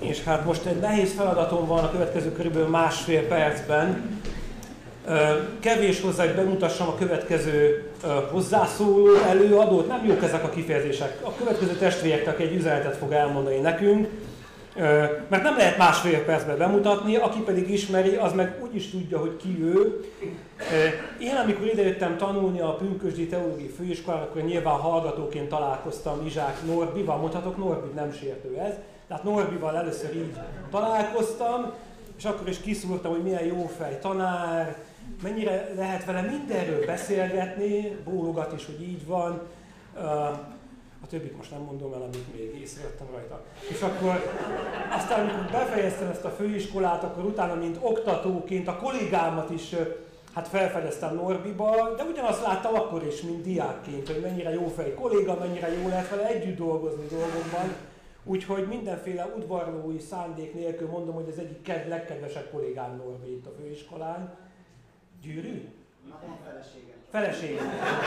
És hát most egy nehéz feladatom van a következő körülbelül másfél percben. Kevés hozzá, hogy bemutassam a következő hozzászóló előadót. Nem jók ezek a kifejezések. A következő testvéreknek egy üzenetet fog elmondani nekünk, mert nem lehet másfél percben bemutatni, aki pedig ismeri, az meg úgy is tudja, hogy ki ő. Én amikor idejöttem tanulni a Pünkösdi Teológiai Főiskolára, akkor nyilván hallgatóként találkoztam Izsák Norbival, mondhatok Norbi, nem sértő ez. Tehát Norbival először így találkoztam, és akkor is kiszúrtam, hogy milyen jó fej tanár, mennyire lehet vele mindenről beszélgetni, bólogat is, hogy így van. A többit most nem mondom el, amit még észrevettem rajta. És akkor aztán, amikor befejeztem ezt a főiskolát, akkor utána, mint oktatóként a kollégámat is hát felfedeztem Norbiba, de ugyanazt láttam akkor is, mint diákként, hogy mennyire jó fej kolléga, mennyire jó lehet vele együtt dolgozni dolgokban. Úgyhogy mindenféle udvarlói szándék nélkül mondom, hogy az egyik legkedvesebb kollégám Norbi itt a főiskolán. Gyűrű? Feleségem. Feleségem.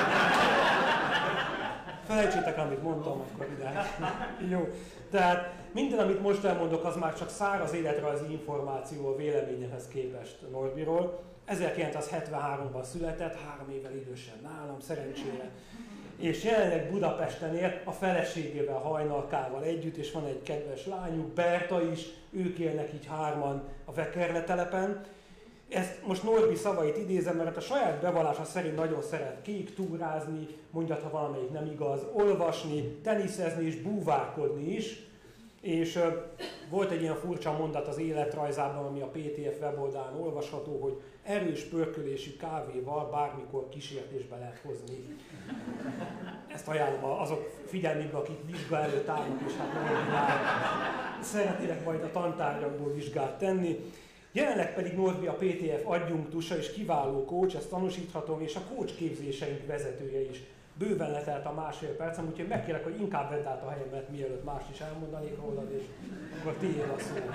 Felejtsétek, amit mondtam, akkor ide. Jó. Tehát minden, amit most elmondok, az már csak száraz életrajzi információ a véleményemhez képest Norbiról. 1973-ban született, 3 évvel idősebb nálam, szerencsére. És jelenleg Budapesten él a feleségével, Hajnalkával együtt, és van egy kedves lányuk, Berta is, ők élnek így 3-an a Vekerle telepen. Ezt most Norbi szavait idézem, mert a saját bevallása szerint nagyon szeret kéktúrázni, mondjad, ha valamelyik nem igaz, olvasni, teniszezni és búvárkodni is. És volt egy ilyen furcsa mondat az életrajzában, ami a PTF weboldalán olvasható, hogy erős pörkölésű kávéval bármikor kísértésbe lehet hozni. Ezt ajánlom azok figyelmébe, akik vizsga előtt állnak, és hát Norbinál szeretnének majd a tantárgyakból vizsgát tenni. Jelenleg pedig Norbi a PTF adjunktusa és kiváló coach, ezt tanúsíthatom, és a coach képzéseink vezetője is. Bőven letelt a másfél percem, úgyhogy megkérek, hogy inkább vedd át a helyemet, mielőtt mást is elmondanék rólad, és akkor tiéd a szó.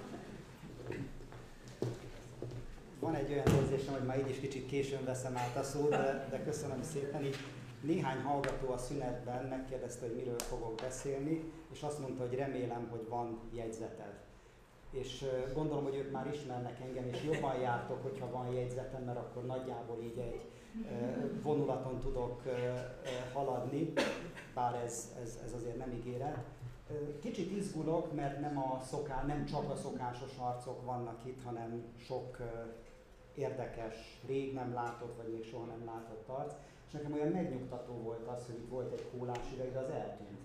Van egy olyan érzésem, hogy már így is kicsit későn veszem át a szót, de köszönöm szépen. Így néhány hallgató a szünetben megkérdezte, hogy miről fogok beszélni, és azt mondta, hogy remélem, hogy van jegyzeted. És gondolom, hogy ők már ismernek engem, és jobban jártok, hogyha van jegyzetem, mert akkor nagyjából így egy vonulaton tudok haladni, bár ez azért nem ígéret. Kicsit izgulok, mert nem csak a szokásos arcok vannak itt, hanem sok érdekes, rég nem látott, vagy még soha nem látott arc. És nekem olyan megnyugtató volt az, hogy itt volt egy kólás üveg, de az eltűnt.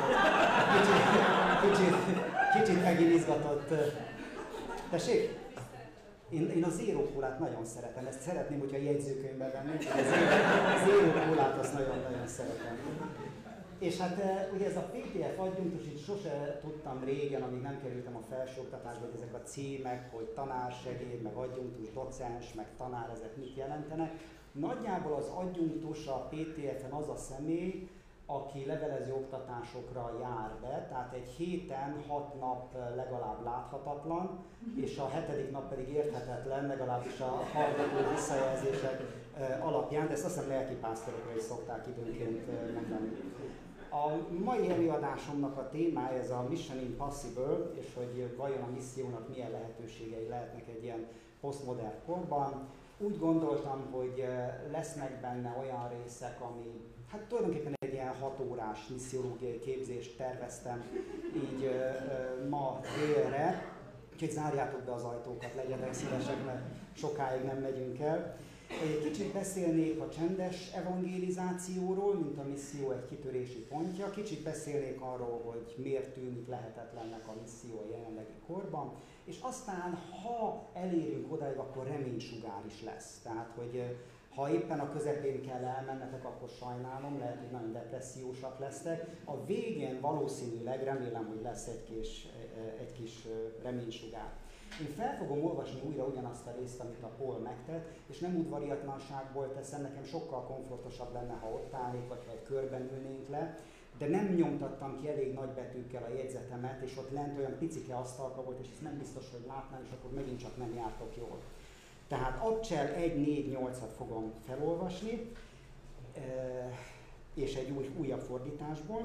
Kicsit megint izgatott. Tessék? Én a Zero kólát nagyon szeretem, ezt szeretném, hogyha a jegyzőkönyvben vennénk, a Zero kólát azt nagyon-nagyon szeretem. És hát ugye ez a PTF adjunktus, itt sose tudtam régen, amíg nem kerültem a felsőoktatásba, hogy ezek a címek, hogy tanársegéd, meg adjunktus, docens, meg tanár, ezek mit jelentenek. Nagyjából az adjunktus a PTF-en az a személy, aki levelező oktatásokra jár be, tehát egy héten 6 nap legalább láthatatlan, és a 7. nap pedig érthetetlen, legalábbis a hallgató visszajelzések alapján, de ezt azt hiszem lelkipásztorokra is szokták időnként mondani. A mai előadásomnak a témája ez a Mission Impossible, és hogy vajon a missziónak milyen lehetőségei lehetnek egy ilyen posztmodern korban. Úgy gondoltam, hogy lesznek benne olyan részek, ami hát tulajdonképpen egy ilyen 6 órás missziológiai képzést terveztem így ma délre, úgyhogy zárjátok be az ajtókat, legyenek szívesek, mert sokáig nem megyünk el. Egy kicsit beszélnék a csendes evangelizációról, mint a misszió egy kitörési pontja, kicsit beszélnék arról, hogy miért tűnik lehetetlennek a misszió a jelenlegi korban, és aztán, ha elérünk odáig, akkor reménysugár is lesz. Tehát, hogy ha éppen a közepén kell elmennetek, akkor sajnálom, lehet, hogy nagyon depressziósak lesztek. A végén valószínűleg remélem, hogy lesz egy kis reménysugár. Én fel fogom olvasni újra ugyanazt a részt, amit a Paul megtett, és nem udvariatlanságból teszem, nekem sokkal komfortosabb lenne, ha ott állnék, vagy ha egy körben ülnénk le, de nem nyomtattam ki elég nagy betűkkel a jegyzetemet, és ott lent olyan picike asztalka volt, és ezt nem biztos, hogy látnám, és akkor megint csak nem jártok jól. Tehát Abcsel 1.4.8-at fogom felolvasni, és egy újabb fordításból.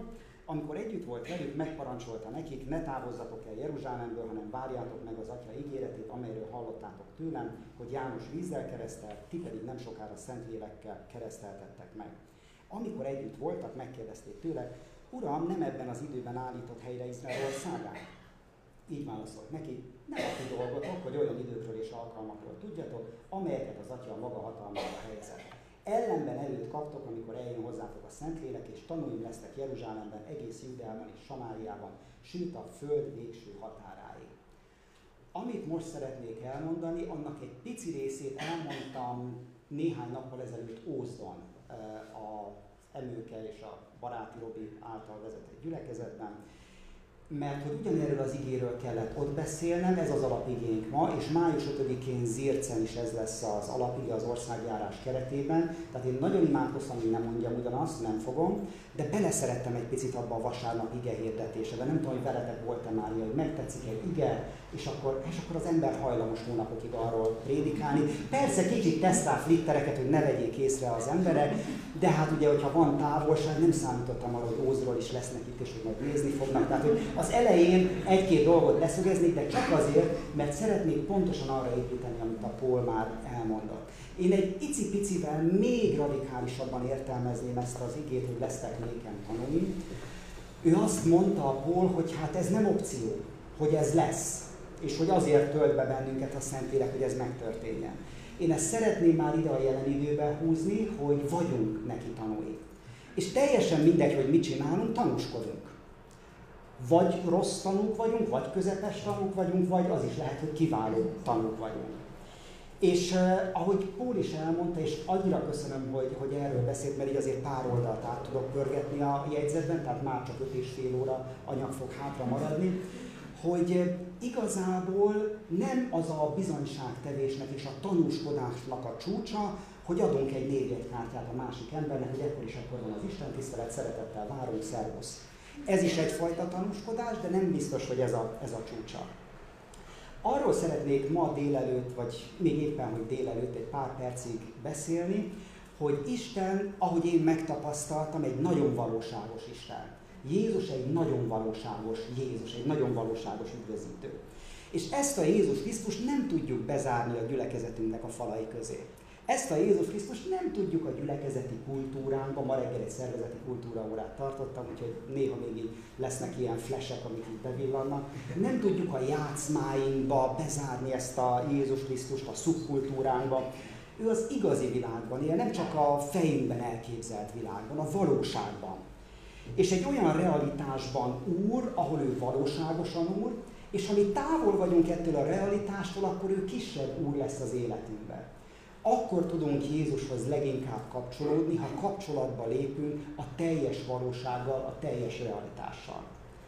Amikor együtt volt velük, megparancsolta nekik, ne távozzatok el Jeruzsálemből, hanem várjátok meg az Atya ígéretét, amelyről hallottátok tőlem, hogy János vízzel keresztelt, ti pedig nem sokára Szentlélekkel kereszteltettek meg. Amikor együtt voltak, megkérdezték tőle, Uram, nem ebben az időben állított helyre Izrael országát? Így válaszolt neki, nem a ti dolgotok, hogy olyan időkről és alkalmakról tudjatok, amelyeket az Atya maga hatalmába helyezett. Ellenben előtt kaptok, amikor eljön hozzátok a Szentlélek, és tanúim lesztek Jeruzsálemben, egész Júdeában és Samáriában, sőt a föld végső határáig. Amit most szeretnék elmondani, annak egy pici részét elmondtam néhány nappal ezelőtt Ózdon, az Emőke és a Baráti Robi által vezetett gyülekezetben, mert hogy ugyanerről az igéről kellett ott beszélnem, ez az alapigénk ma, és május 5-én Zircen is ez lesz az alapige az országjárás keretében. Tehát én nagyon imádkoztam, hogy nem mondjam ugyanazt, nem fogom, de beleszerettem egy picit abba a vasárnap ige hirdetésébe. Nem tudom, hogy veletek volt-e már ilyen, hogy megtetszik egy ige, és akkor az ember hajlamos hónapokig arról prédikálni. Persze kicsit tesztál flittereket, hogy ne vegyék észre az emberek, de hát ugye, hogyha van távolság, nem számítottam arra, hogy Ózról is lesznek itt, és hogy majd nézni fognak. Tehát, hogy az elején egy-két dolgot leszögeznék, de csak azért, mert szeretnék pontosan arra építeni, amit a Paul már elmondott. Én egy icipicivel még radikálisabban értelmezném ezt az igét, hogy lesztek nékem tanúim. Ő azt mondta a Paul, hogy hát ez nem opció, hogy ez lesz, és hogy azért tölt be bennünket a Szentlélek, hogy ez megtörténjen. Én ezt szeretném már ide a jelen időben húzni, hogy vagyunk neki tanúi. És teljesen mindegy, hogy mit csinálunk, tanúskodunk. Vagy rossz tanúk vagyunk, vagy közepes tanúk vagyunk, vagy az is lehet, hogy kiváló tanúk vagyunk. És ahogy Paul is elmondta, és annyira köszönöm, hogy erről beszélt, mert így azért pár oldalt át tudok pörgetni a jegyzetben, tehát már csak 5,5 óra anyag fog hátra maradni, hogy igazából nem az a bizonyságtevésnek és a tanúskodásnak a csúcsa, hogy adunk egy névjegykártyát a másik embernek, hogy ekkor is akkor van az Isten tisztelet, szeretettel várunk, szervusz. Ez is egyfajta tanúskodás, de nem biztos, hogy ez a csúcsa. Arról szeretnék ma délelőtt, vagy még éppen, hogy délelőtt egy pár percig beszélni, hogy Isten, ahogy én megtapasztaltam, egy nagyon valóságos Isten. Jézus egy nagyon valóságos Jézus, egy nagyon valóságos üdvözítő. És ezt a Jézus Krisztust nem tudjuk bezárni a gyülekezetünknek a falai közé. Ezt a Jézus Krisztust nem tudjuk a gyülekezeti kultúránkban, ma reggel egy szervezeti kultúraórát tartottam, úgyhogy néha még így lesznek ilyen flashek, amik így bevillannak. Nem tudjuk a játszmáinkba bezárni ezt a Jézus Krisztust, a szubkultúránkba. Ő az igazi világban él, nem csak a fejünkben elképzelt világban, a valóságban. És egy olyan realitásban úr, ahol ő valóságosan úr, és ha mi távol vagyunk ettől a realitástól, akkor ő kisebb úr lesz az életünkben. Akkor tudunk Jézushoz leginkább kapcsolódni, ha kapcsolatba lépünk a teljes valósággal, a teljes realitással.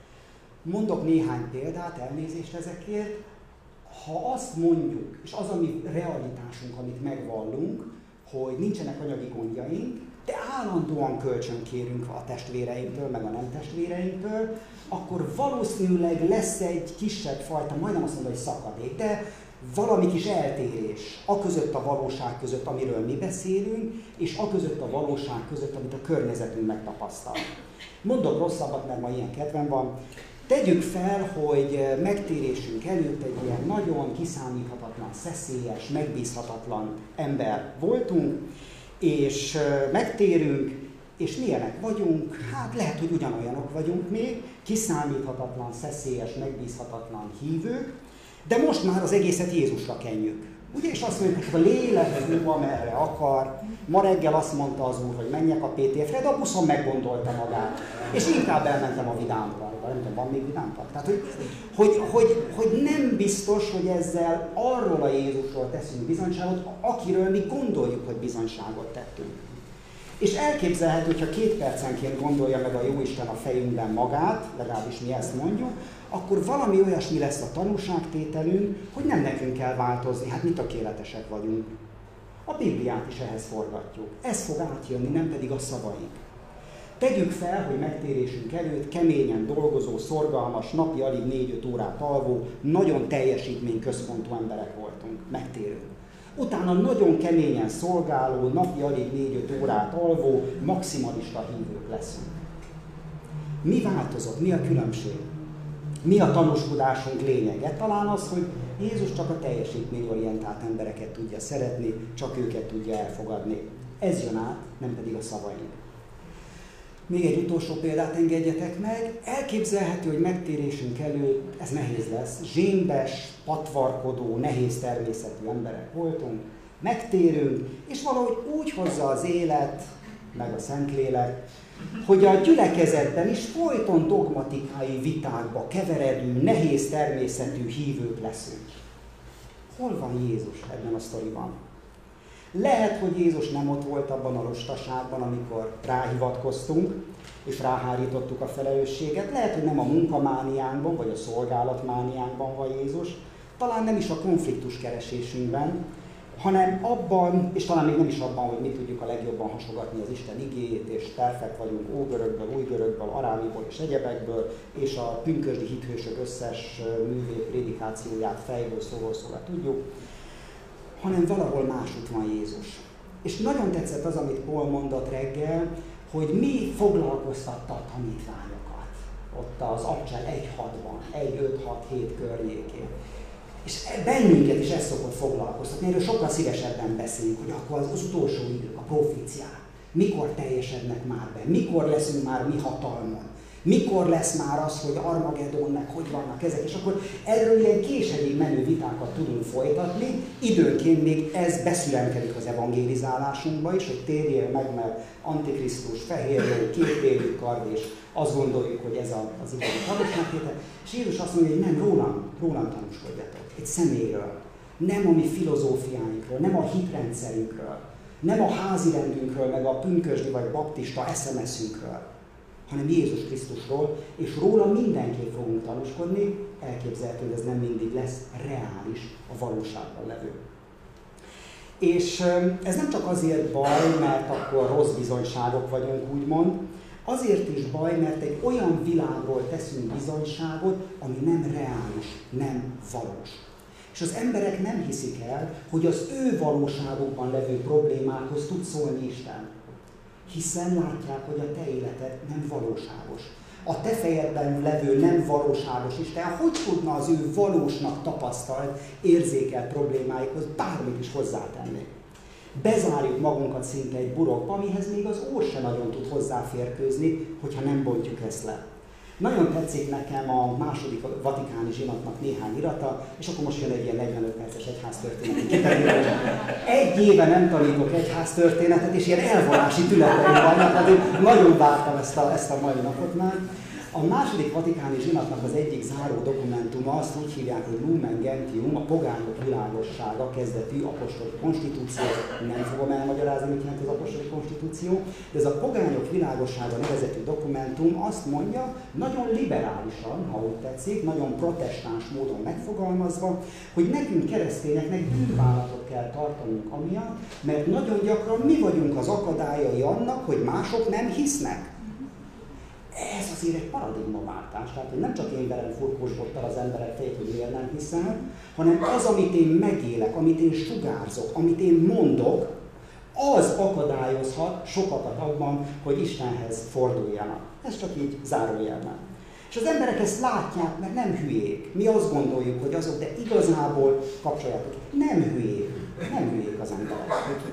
Mondok néhány példát, elnézést ezekért. Ha azt mondjuk, és az a mi realitásunk, amit megvallunk, hogy nincsenek anyagi gondjaink, de állandóan kölcsönkérünk a testvéreinktől, meg a nem testvéreinktől, akkor valószínűleg lesz egy kisebb fajta, majdnem azt mondom, hogy szakadék, de valami kis eltérés aközött a valóság között, amiről mi beszélünk, és aközött a valóság között, amit a környezetünk megtapasztal. Mondok rosszabbat, mert ma ilyen kedvem van. Tegyük fel, hogy megtérésünk előtt egy ilyen nagyon kiszámíthatatlan, szeszélyes, megbízhatatlan ember voltunk, és megtérünk, és milyenek vagyunk, hát lehet, hogy ugyanolyanok vagyunk még, kiszámíthatatlan, szeszélyes, megbízhatatlan hívők, de most már az egészet Jézusra kenjük. Ugye, és azt mondjuk, hogy a lélek fú, amerre akar. Ma reggel azt mondta az Úr, hogy menjek a PTF-re, de a buszon meggondolta magát. És inkább elmentem a Vidámparkba. Nem tudom, van még Vidámpark? Tehát, hogy nem biztos, hogy ezzel arról a Jézusról teszünk bizonyságot, akiről mi gondoljuk, hogy bizonyságot tettünk. És elképzelhető, hogyha 2 percenként gondolja meg a Jóisten a fejünkben magát, legalábbis mi ezt mondjuk, akkor valami olyasmi lesz a tanúságtételünk, hogy nem nekünk kell változni, hát mi tökéletesek vagyunk. A Bibliát is ehhez forgatjuk. Ez fog átjönni, nem pedig a szavaink. Tegyük fel, hogy megtérésünk előtt keményen dolgozó, szorgalmas, napi alig 4-5 órát alvó, nagyon teljesítményközpontú emberek voltunk. Megtérünk. Utána nagyon keményen szolgáló, napi alig 4-5 órát alvó, maximalista hívők leszünk. Mi változott? Mi a különbség? Mi a tanúskodásunk lényege? Talán az, hogy Jézus csak a teljesítményorientált embereket tudja szeretni, csak őket tudja elfogadni. Ez jön át, nem pedig a szavaink. Még egy utolsó példát engedjetek meg. Elképzelhető, hogy megtérésünk előtt ez nehéz lesz. Zsémbes, patvarkodó, nehéz természetű emberek voltunk. Megtérünk, és valahogy úgy hozza az élet, meg a Szentlélek, hogy a gyülekezetben is folyton dogmatikai vitákba keveredő, nehéz természetű hívők leszünk. Hol van Jézus ebben a sztoriban? Lehet, hogy Jézus nem ott volt abban a lustaságban, amikor ráhivatkoztunk, és ráhárítottuk a felelősséget. Lehet, hogy nem a munkamániánkban, vagy a szolgálatmániánkban van Jézus, talán nem is a konfliktus keresésünkben, hanem abban, és talán még nem is abban, hogy mi tudjuk a legjobban hasogatni az Isten igéjét, és perfekt vagyunk ógörökből, újgörökből, arámiból és egyebekből, és a pünkösdi hithősök összes művét, prédikációját fejből szóra tudjuk, hanem valahol másút van Jézus. És nagyon tetszett az, amit Paul mondott reggel, hogy mi foglalkoztatta a tanítványokat ott az Abcsel 1.6-ban, 1.5.6.7 környékén. És bennünket is ez szokott foglalkoztatni, erről sokkal szívesebben beszélünk, hogy akkor az utolsó idők, a proféciák, mikor teljesednek már be, mikor leszünk már mi hatalmon, mikor lesz már az, hogy Armagedon, meg hogy vannak ezek, és akkor erről ilyen később menő vitákat tudunk folytatni, időnként még ez beszüremkedik az evangélizálásunkba is, hogy térjél meg, mert Antikrisztus, fehérlő, kétélű kard, és azt gondoljuk, hogy ez az igazi tanúságtétel. És Jézus azt mondja, hogy nem, rólam tanúskodjatok, egy személyről, nem a mi filozófiáinkról, nem a hitrendszerünkről, nem a házirendünkről, meg a pünkösdi vagy baptista SMS-ünkről, hanem Jézus Krisztusról, és róla mindenképp fogunk tanúskodni, elképzelhető, hogy ez nem mindig lesz reális, a valóságban levő. És ez nem csak azért baj, mert akkor rossz bizonyságok vagyunk, úgymond, azért is baj, mert egy olyan világról teszünk bizonyságot, ami nem reális, nem valós. És az emberek nem hiszik el, hogy az ő valóságukban levő problémákhoz tud szólni Isten. Hiszen látják, hogy a te életed nem valóságos. A te fejedben levő nem valóságos Isten, hogy tudna az ő valósnak tapasztalt, érzékelt problémáikhoz bármit is hozzátenni? Bezárjuk magunkat szinte egy burokba, amihez még az Úr se nagyon tud hozzáférkőzni, hogyha nem bontjuk ezt le. Nagyon tetszik nekem a második vatikáni zsinatnak néhány irata, és akkor most jön egy ilyen 45 perces egyháztörténeti. Egy éve nem tanítok egyháztörténetet, és ilyen elvonási tületeim vannak, hát én nagyon vártam ezt a mai napot már. A második vatikáni zsinatnak az egyik záró dokumentuma, azt úgy hívják, hogy Lumen Gentium, a pogányok világossága kezdetű apostoli konstitúció. Nem fogom elmagyarázni, mit jelent az apostoli konstitúció, de ez a pogányok világossága nevezetű dokumentum azt mondja, nagyon liberálisan, ha úgy tetszik, nagyon protestáns módon megfogalmazva, hogy nekünk keresztényeknek bűnvállatot kell tartanunk amiatt, mert nagyon gyakran mi vagyunk az akadályai annak, hogy mások nem hisznek. Ez azért egy paradigmaváltás, tehát hogy nem csak én verem furkósbottal az emberek fejét, hogy miért nem hiszel, hanem az, amit én megélek, amit én sugárzok, amit én mondok, az akadályozhat sokakat abban, hogy Istenhez forduljanak. Ez csak így zárójelben. És az emberek ezt látják, mert nem hülyék. Mi azt gondoljuk, hogy azok, de igazából kapcsoljátok. Nem hülyék az emberek.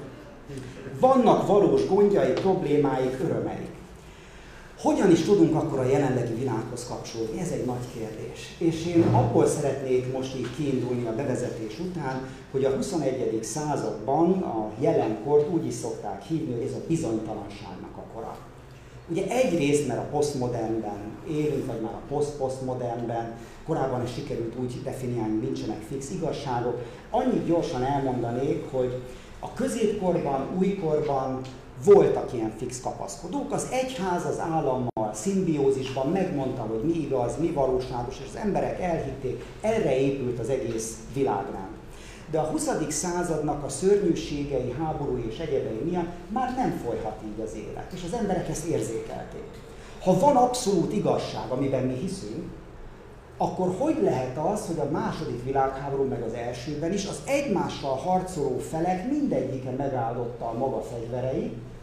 Vannak valós gondjai, problémáik, örömeik. Hogyan is tudunk akkor a jelenlegi világhoz kapcsolódni? Ez egy nagy kérdés. És én abból szeretnék most így kiindulni a bevezetés után, hogy a 21. században a jelenkort úgy is szokták hívni, hogy ez a bizonytalanságnak a kora. Ugye egyrészt, mert a posztmodernben élünk, vagy már a posztmodernben, korábban is sikerült úgy definiálni, hogy nincsenek fix igazságok. Annyit gyorsan elmondanék, hogy a középkorban, újkorban voltak ilyen fix kapaszkodók, az egyház az állammal szimbiózisban megmondta, hogy mi igaz, mi valóságos, és az emberek elhitték, erre épült az egész világrend. De a 20. századnak a szörnyűségei, háborúi és egyebei miatt már nem folyhat így az élet, és az emberek ezt érzékelték. Ha van abszolút igazság, amiben mi hiszünk, akkor hogy lehet az, hogy a második világháború meg az elsőben is az egymással harcoló felek mindegyike megáldotta a maga fegyvereit,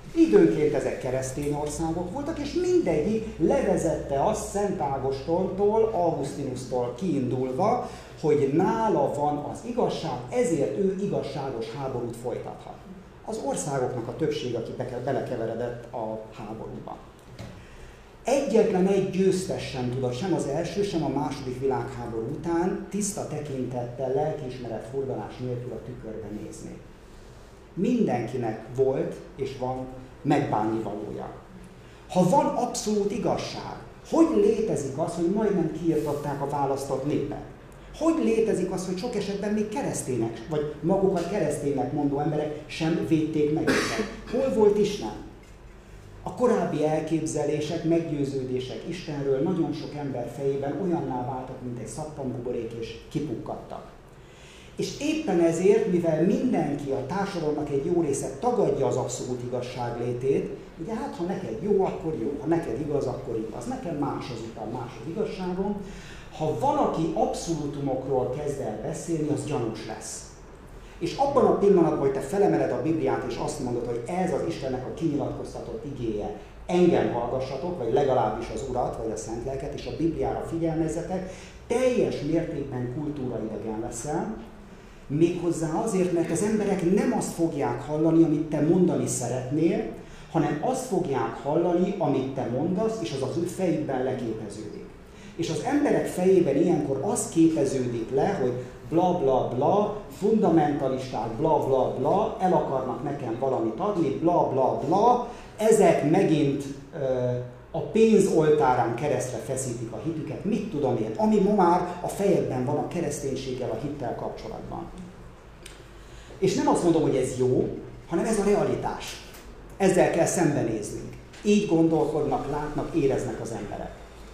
Időnként ezek keresztény országok voltak, és mindegyik levezette azt Szent Ágostontól, Augustinustól kiindulva, hogy nála van az igazság, ezért ő igazságos háborút folytathat. Az országoknak a többsége, aki belekeveredett a háborúba. Egyetlen egy győztes sem tudott sem az első, sem a második világháború után tiszta tekintettel, lelkiismeret furdalás nélkül a tükörbe nézni. Mindenkinek volt és van megbánnivalója. Ha van abszolút igazság, hogy létezik az, hogy majdnem kiirtották a választott népet? Hogy létezik az, hogy sok esetben még keresztények, vagy magukat kereszténynek mondó emberek sem védték meg őket? Hol volt Isten? A korábbi elképzelések, meggyőződések Istenről nagyon sok ember fejében olyanná váltak, mint egy szappanbuborék, és kipukkadtak. És éppen ezért, mivel mindenki, a társadalomnak egy jó része tagadja az abszolút igazság létét, ugye hát ha neked jó, akkor jó, ha neked igaz, akkor igaz, nekem más azután más az igazságom. Ha valaki abszolútumokról kezd el beszélni, az gyanús lesz. És abban a pillanatban, hogy te felemeled a Bibliát, és azt mondod, hogy ez az Istennek a kinyilatkoztatott igéje, engem hallgassatok, vagy legalábbis az Urat, vagy a Szent Lelket, és a Bibliára figyelmezzetek, teljes mértékben kultúraidegen leszel, méghozzá azért, mert az emberek nem azt fogják hallani, amit te mondani szeretnél, hanem azt fogják hallani, amit te mondasz, és az az ő fejükben leképeződik. És az emberek fejében ilyenkor az képeződik le, hogy bla bla bla, fundamentalisták bla bla bla, el akarnak nekem valamit adni, bla bla bla, ezek megint a pénz oltárán keresztre feszítik a hitüket, mit tudom én, ami ma már a fejedben van a kereszténységgel, a hittel kapcsolatban. És nem azt mondom, hogy ez jó, hanem ez a realitás. Ezzel kell szembenéznünk. Így gondolkodnak, látnak, éreznek az emberek.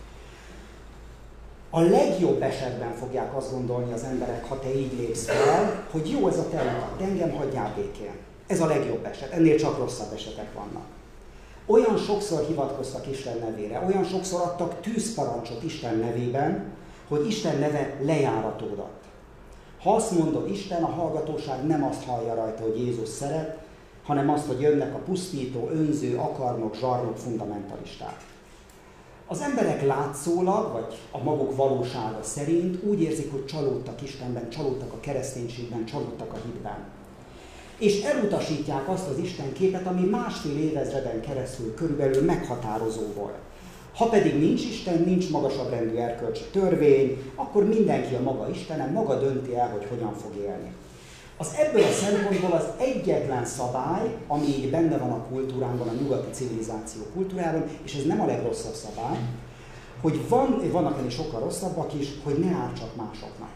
A legjobb esetben fogják azt gondolni az emberek, ha te így lépsz fel, hogy jó ez a te utat, engem hagyjál békén. Ez a legjobb eset, ennél csak rosszabb esetek vannak. Olyan sokszor hivatkoztak Isten nevére, olyan sokszor adtak tűzparancsot Isten nevében, hogy Isten neve lejáratódott. Ha azt mondod Isten, a hallgatóság nem azt hallja rajta, hogy Jézus szeret, hanem azt, hogy jönnek a pusztító, önző, akarnok, zsarnok, fundamentalisták. Az emberek látszólag, vagy a maguk valósága szerint úgy érzik, hogy csalódtak Istenben, csalódtak a kereszténységben, csalódtak a hitben. És elutasítják azt az Isten képet, ami másfél évezreden keresztül körülbelül meghatározó volt. Ha pedig nincs Isten, nincs magasabb rendű erkölcsi törvény, akkor mindenki a maga Istene, maga dönti el, hogy hogyan fog élni. Az ebből a szempontból az egyetlen szabály, ami így benne van a kultúránkban, a nyugati civilizáció kultúrában, és ez nem a legrosszabb szabály, hogy vannak ennél sokkal rosszabbak is, hogy ne ártsak másoknak.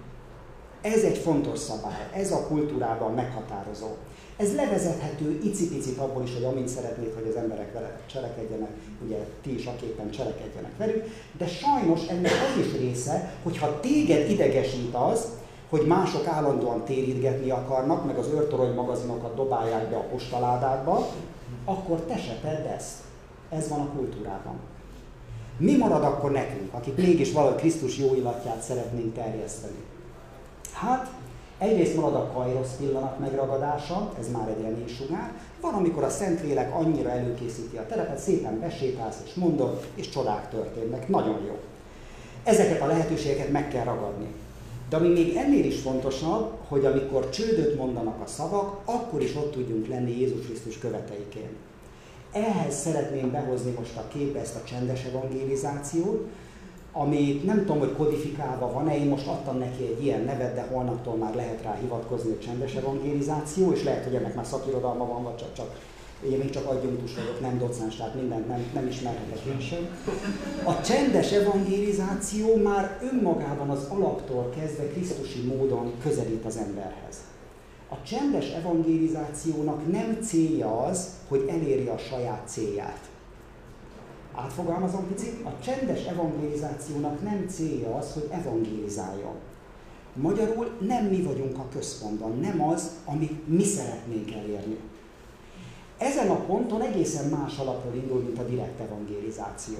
Ez egy fontos szabály, ez a kultúrában meghatározó. Ez levezethető icipicit abból is, hogy amint szeretnéd, hogy az emberek vele cselekedjenek, ugye ti is aképpen cselekedjenek velük, de sajnos ennek az is része, hogyha téged idegesít az, hogy mások állandóan térítgetni akarnak, meg az őrtorony magazinokat dobálják be a postaládádba, akkor te se tedd ezt. Ez van a kultúrában. Mi marad akkor nekünk, akik mégis valahogy Krisztus jó illatját szeretnénk terjeszteni? Hát, egyrészt marad a kairosz pillanat megragadása, ez már egy reménysugár. Van, amikor a Szentlélek annyira előkészíti a terepet, szépen besétálsz és mondod, és csodák történnek. Nagyon jó. Ezeket a lehetőségeket meg kell ragadni. De ami még ennél is fontosabb, hogy amikor csődöt mondanak a szavak, akkor is ott tudjunk lenni Jézus Krisztus követeiként. Ehhez szeretném behozni most a képbe ezt a csendes evangélizációt, ami nem tudom, hogy kodifikálva van-e, én most adtam neki egy ilyen nevet, de holnaptól már lehet rá hivatkozni, hogy csendes evangélizáció, és lehet, hogy ennek már szakirodalma van, vagy csak én még csak adjunktus vagyok, nem docens, tehát mindent nem ismerhetek én sem. A csendes evangélizáció már önmagában az alaptól kezdve krisztusi módon közelít az emberhez. A csendes evangélizációnak nem célja az, hogy eléri a saját célját. Átfogalmazom picit, a csendes evangélizációnak nem célja az, hogy evangélizáljon. Magyarul nem mi vagyunk a központban, nem az, amit mi szeretnénk elérni. Ezen a ponton egészen más alapról indul, mint a direkt evangélizáció.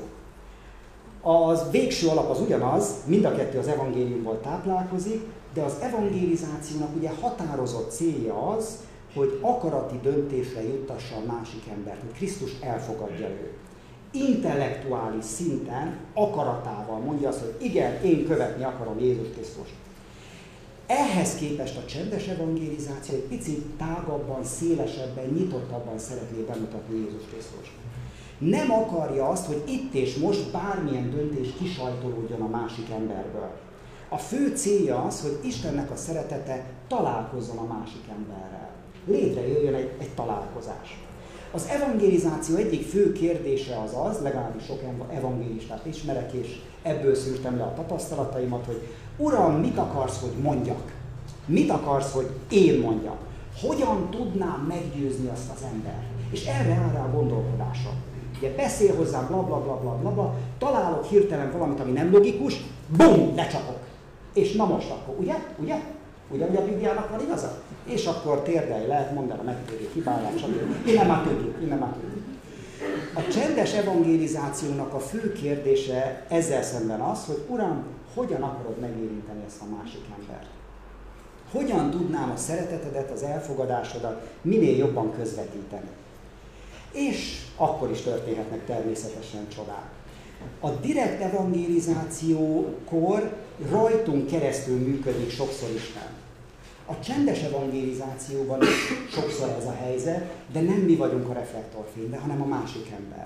Az végső alap az ugyanaz, mind a kettő az evangéliumból táplálkozik, de az evangélizációnak ugye határozott célja az, hogy akarati döntésre juttassa a másik embert, hogy Krisztus elfogadja őt. Intellektuális szinten, akaratával mondja azt, hogy igen, én követni akarom Jézus Krisztust. Ehhez képest a csendes evangelizáció egy picit tágabban, szélesebben, nyitottabban szeretné bemutatni Jézus Krisztust. Nem akarja azt, hogy itt és most bármilyen döntés kisajtolódjon a másik emberből. A fő célja az, hogy Istennek a szeretete találkozzon a másik emberrel. Létrejöjjön egy találkozás. Az evangelizáció egyik fő kérdése az, legalábbis sok evangélistát ismerek, és ebből szűrtem le a tapasztalataimat, hogy Uram, mit akarsz, hogy mondjak? Mit akarsz, hogy én mondjak? Hogyan tudnám meggyőzni azt az embert? És erre áll rá a gondolkodásra. Ugye beszél hozzám, bla bla bla bla bla, találok hirtelen valamit, ami nem logikus, bum, lecsapok. És na most akkor, ugye? Ugye a Bibliának van igaza? És akkor térdelj le, mondd el a megtérő hibáját, stb. Innen már tudjuk. A csendes evangelizációnak a fő kérdése ezzel szemben az, hogy Uram, hogyan akarod megérinteni ezt a másik embert? Hogyan tudnám a szeretetedet, az elfogadásodat minél jobban közvetíteni? És akkor is történhetnek természetesen csodák. A direkt evangelizációkor rajtunk keresztül működik sokszor Isten. A csendes evangelizációban is sokszor ez a helyzet, de nem mi vagyunk a reflektorfényben, hanem a másik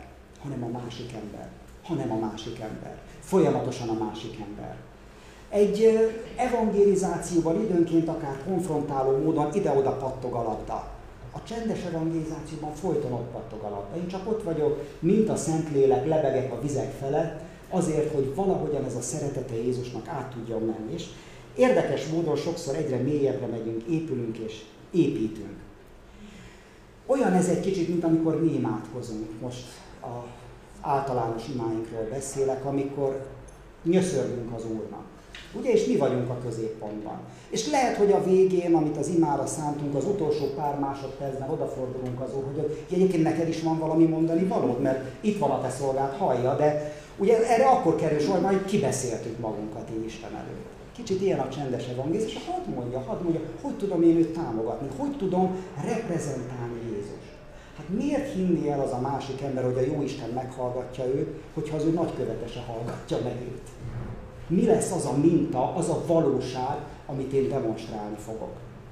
ember. Folyamatosan a másik ember. Egy evangelizációban időnként akár konfrontáló módon ide-oda pattog a labda. A csendes evangelizációban folyton ott pattog a labda. Én csak ott vagyok, mint a Szentlélek, lebegek a vizek felett, azért, hogy valahogyan ez a szeretete Jézusnak át tudjon menni. És érdekes módon sokszor egyre mélyebbre megyünk, épülünk és építünk. Olyan ez egy kicsit, mint amikor mi imádkozunk. Most az általános imáinkról beszélek, amikor nyöszörgünk az Úrnak. Ugye, és mi vagyunk a középpontban. És lehet, hogy a végén, amit az imára szántunk, az utolsó pár másodpercben odafordulunk az Úr, hogy egyébként neked is van valami mondani valód, mert itt van a te szolgád, hallja, de ugye erre akkor kerül sor, majd kibeszéltük magunkat így Isten előtt. Kicsit ilyen a csendes evangélium, és hadd mondja, hogy tudom én őt támogatni, hogy tudom reprezentálni Jézus. Hát miért hinni el az a másik ember, hogy a Jóisten meghallgatja őt, hogyha az ő nagykövetese hallgatja meg őt? Mi lesz az a minta, az a valóság, amit én demonstrálni fogok?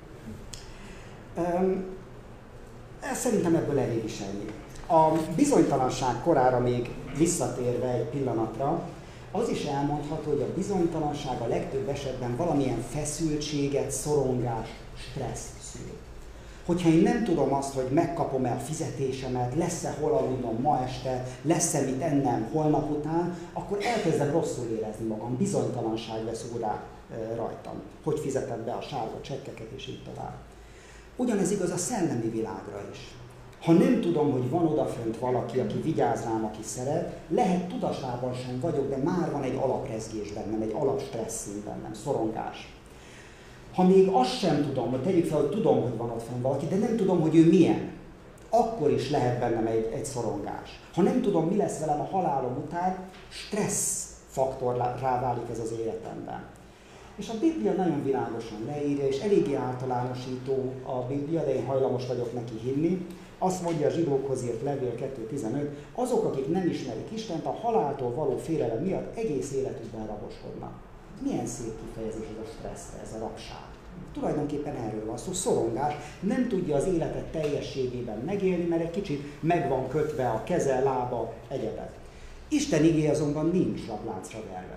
Szerintem ebből elég is ennyi. A bizonytalanság korára még visszatérve egy pillanatra, az is elmondható, hogy a bizonytalanság a legtöbb esetben valamilyen feszültséget, szorongást, stresszt szül. Hogyha én nem tudom azt, hogy megkapom-e a fizetésemet, lesz-e hol aludnom ma este, lesz-e mit ennem holnap után, akkor elkezdem rosszul érezni magam, bizonytalanság vesz rá rajtam, hogy fizetem be a sárga csekkeket és így tovább. Ugyanez igaz a szellemi világra is. Ha nem tudom, hogy van odafönt valaki, aki vigyáz rám, aki szeret, lehet tudatában sem vagyok, de már van egy alaprezgés bennem, egy alapstresszint bennem, szorongás. Ha még azt sem tudom, hogy tegyük fel, hogy tudom, hogy van ott fenn valaki, de nem tudom, hogy ő milyen, akkor is lehet bennem egy szorongás. Ha nem tudom, mi lesz velem a halálom után, stressz faktorrá válik ez az életemben. És a Biblia nagyon világosan leírja, és eléggé általánosító a Biblia, de én hajlamos vagyok neki hinni. Azt mondja a zsidókhoz írt levél 2.15, azok, akik nem ismerik Istent, a haláltól való félelem miatt egész életükben raboskodnak. Milyen szép kifejezés ez a stressz, ez a rabság. Tulajdonképpen erről van szó, szorongás, nem tudja az életet teljességében megélni, mert egy kicsit meg van kötve a keze, lába, egyebek. Isten igéje azonban nincs rabláncra verve.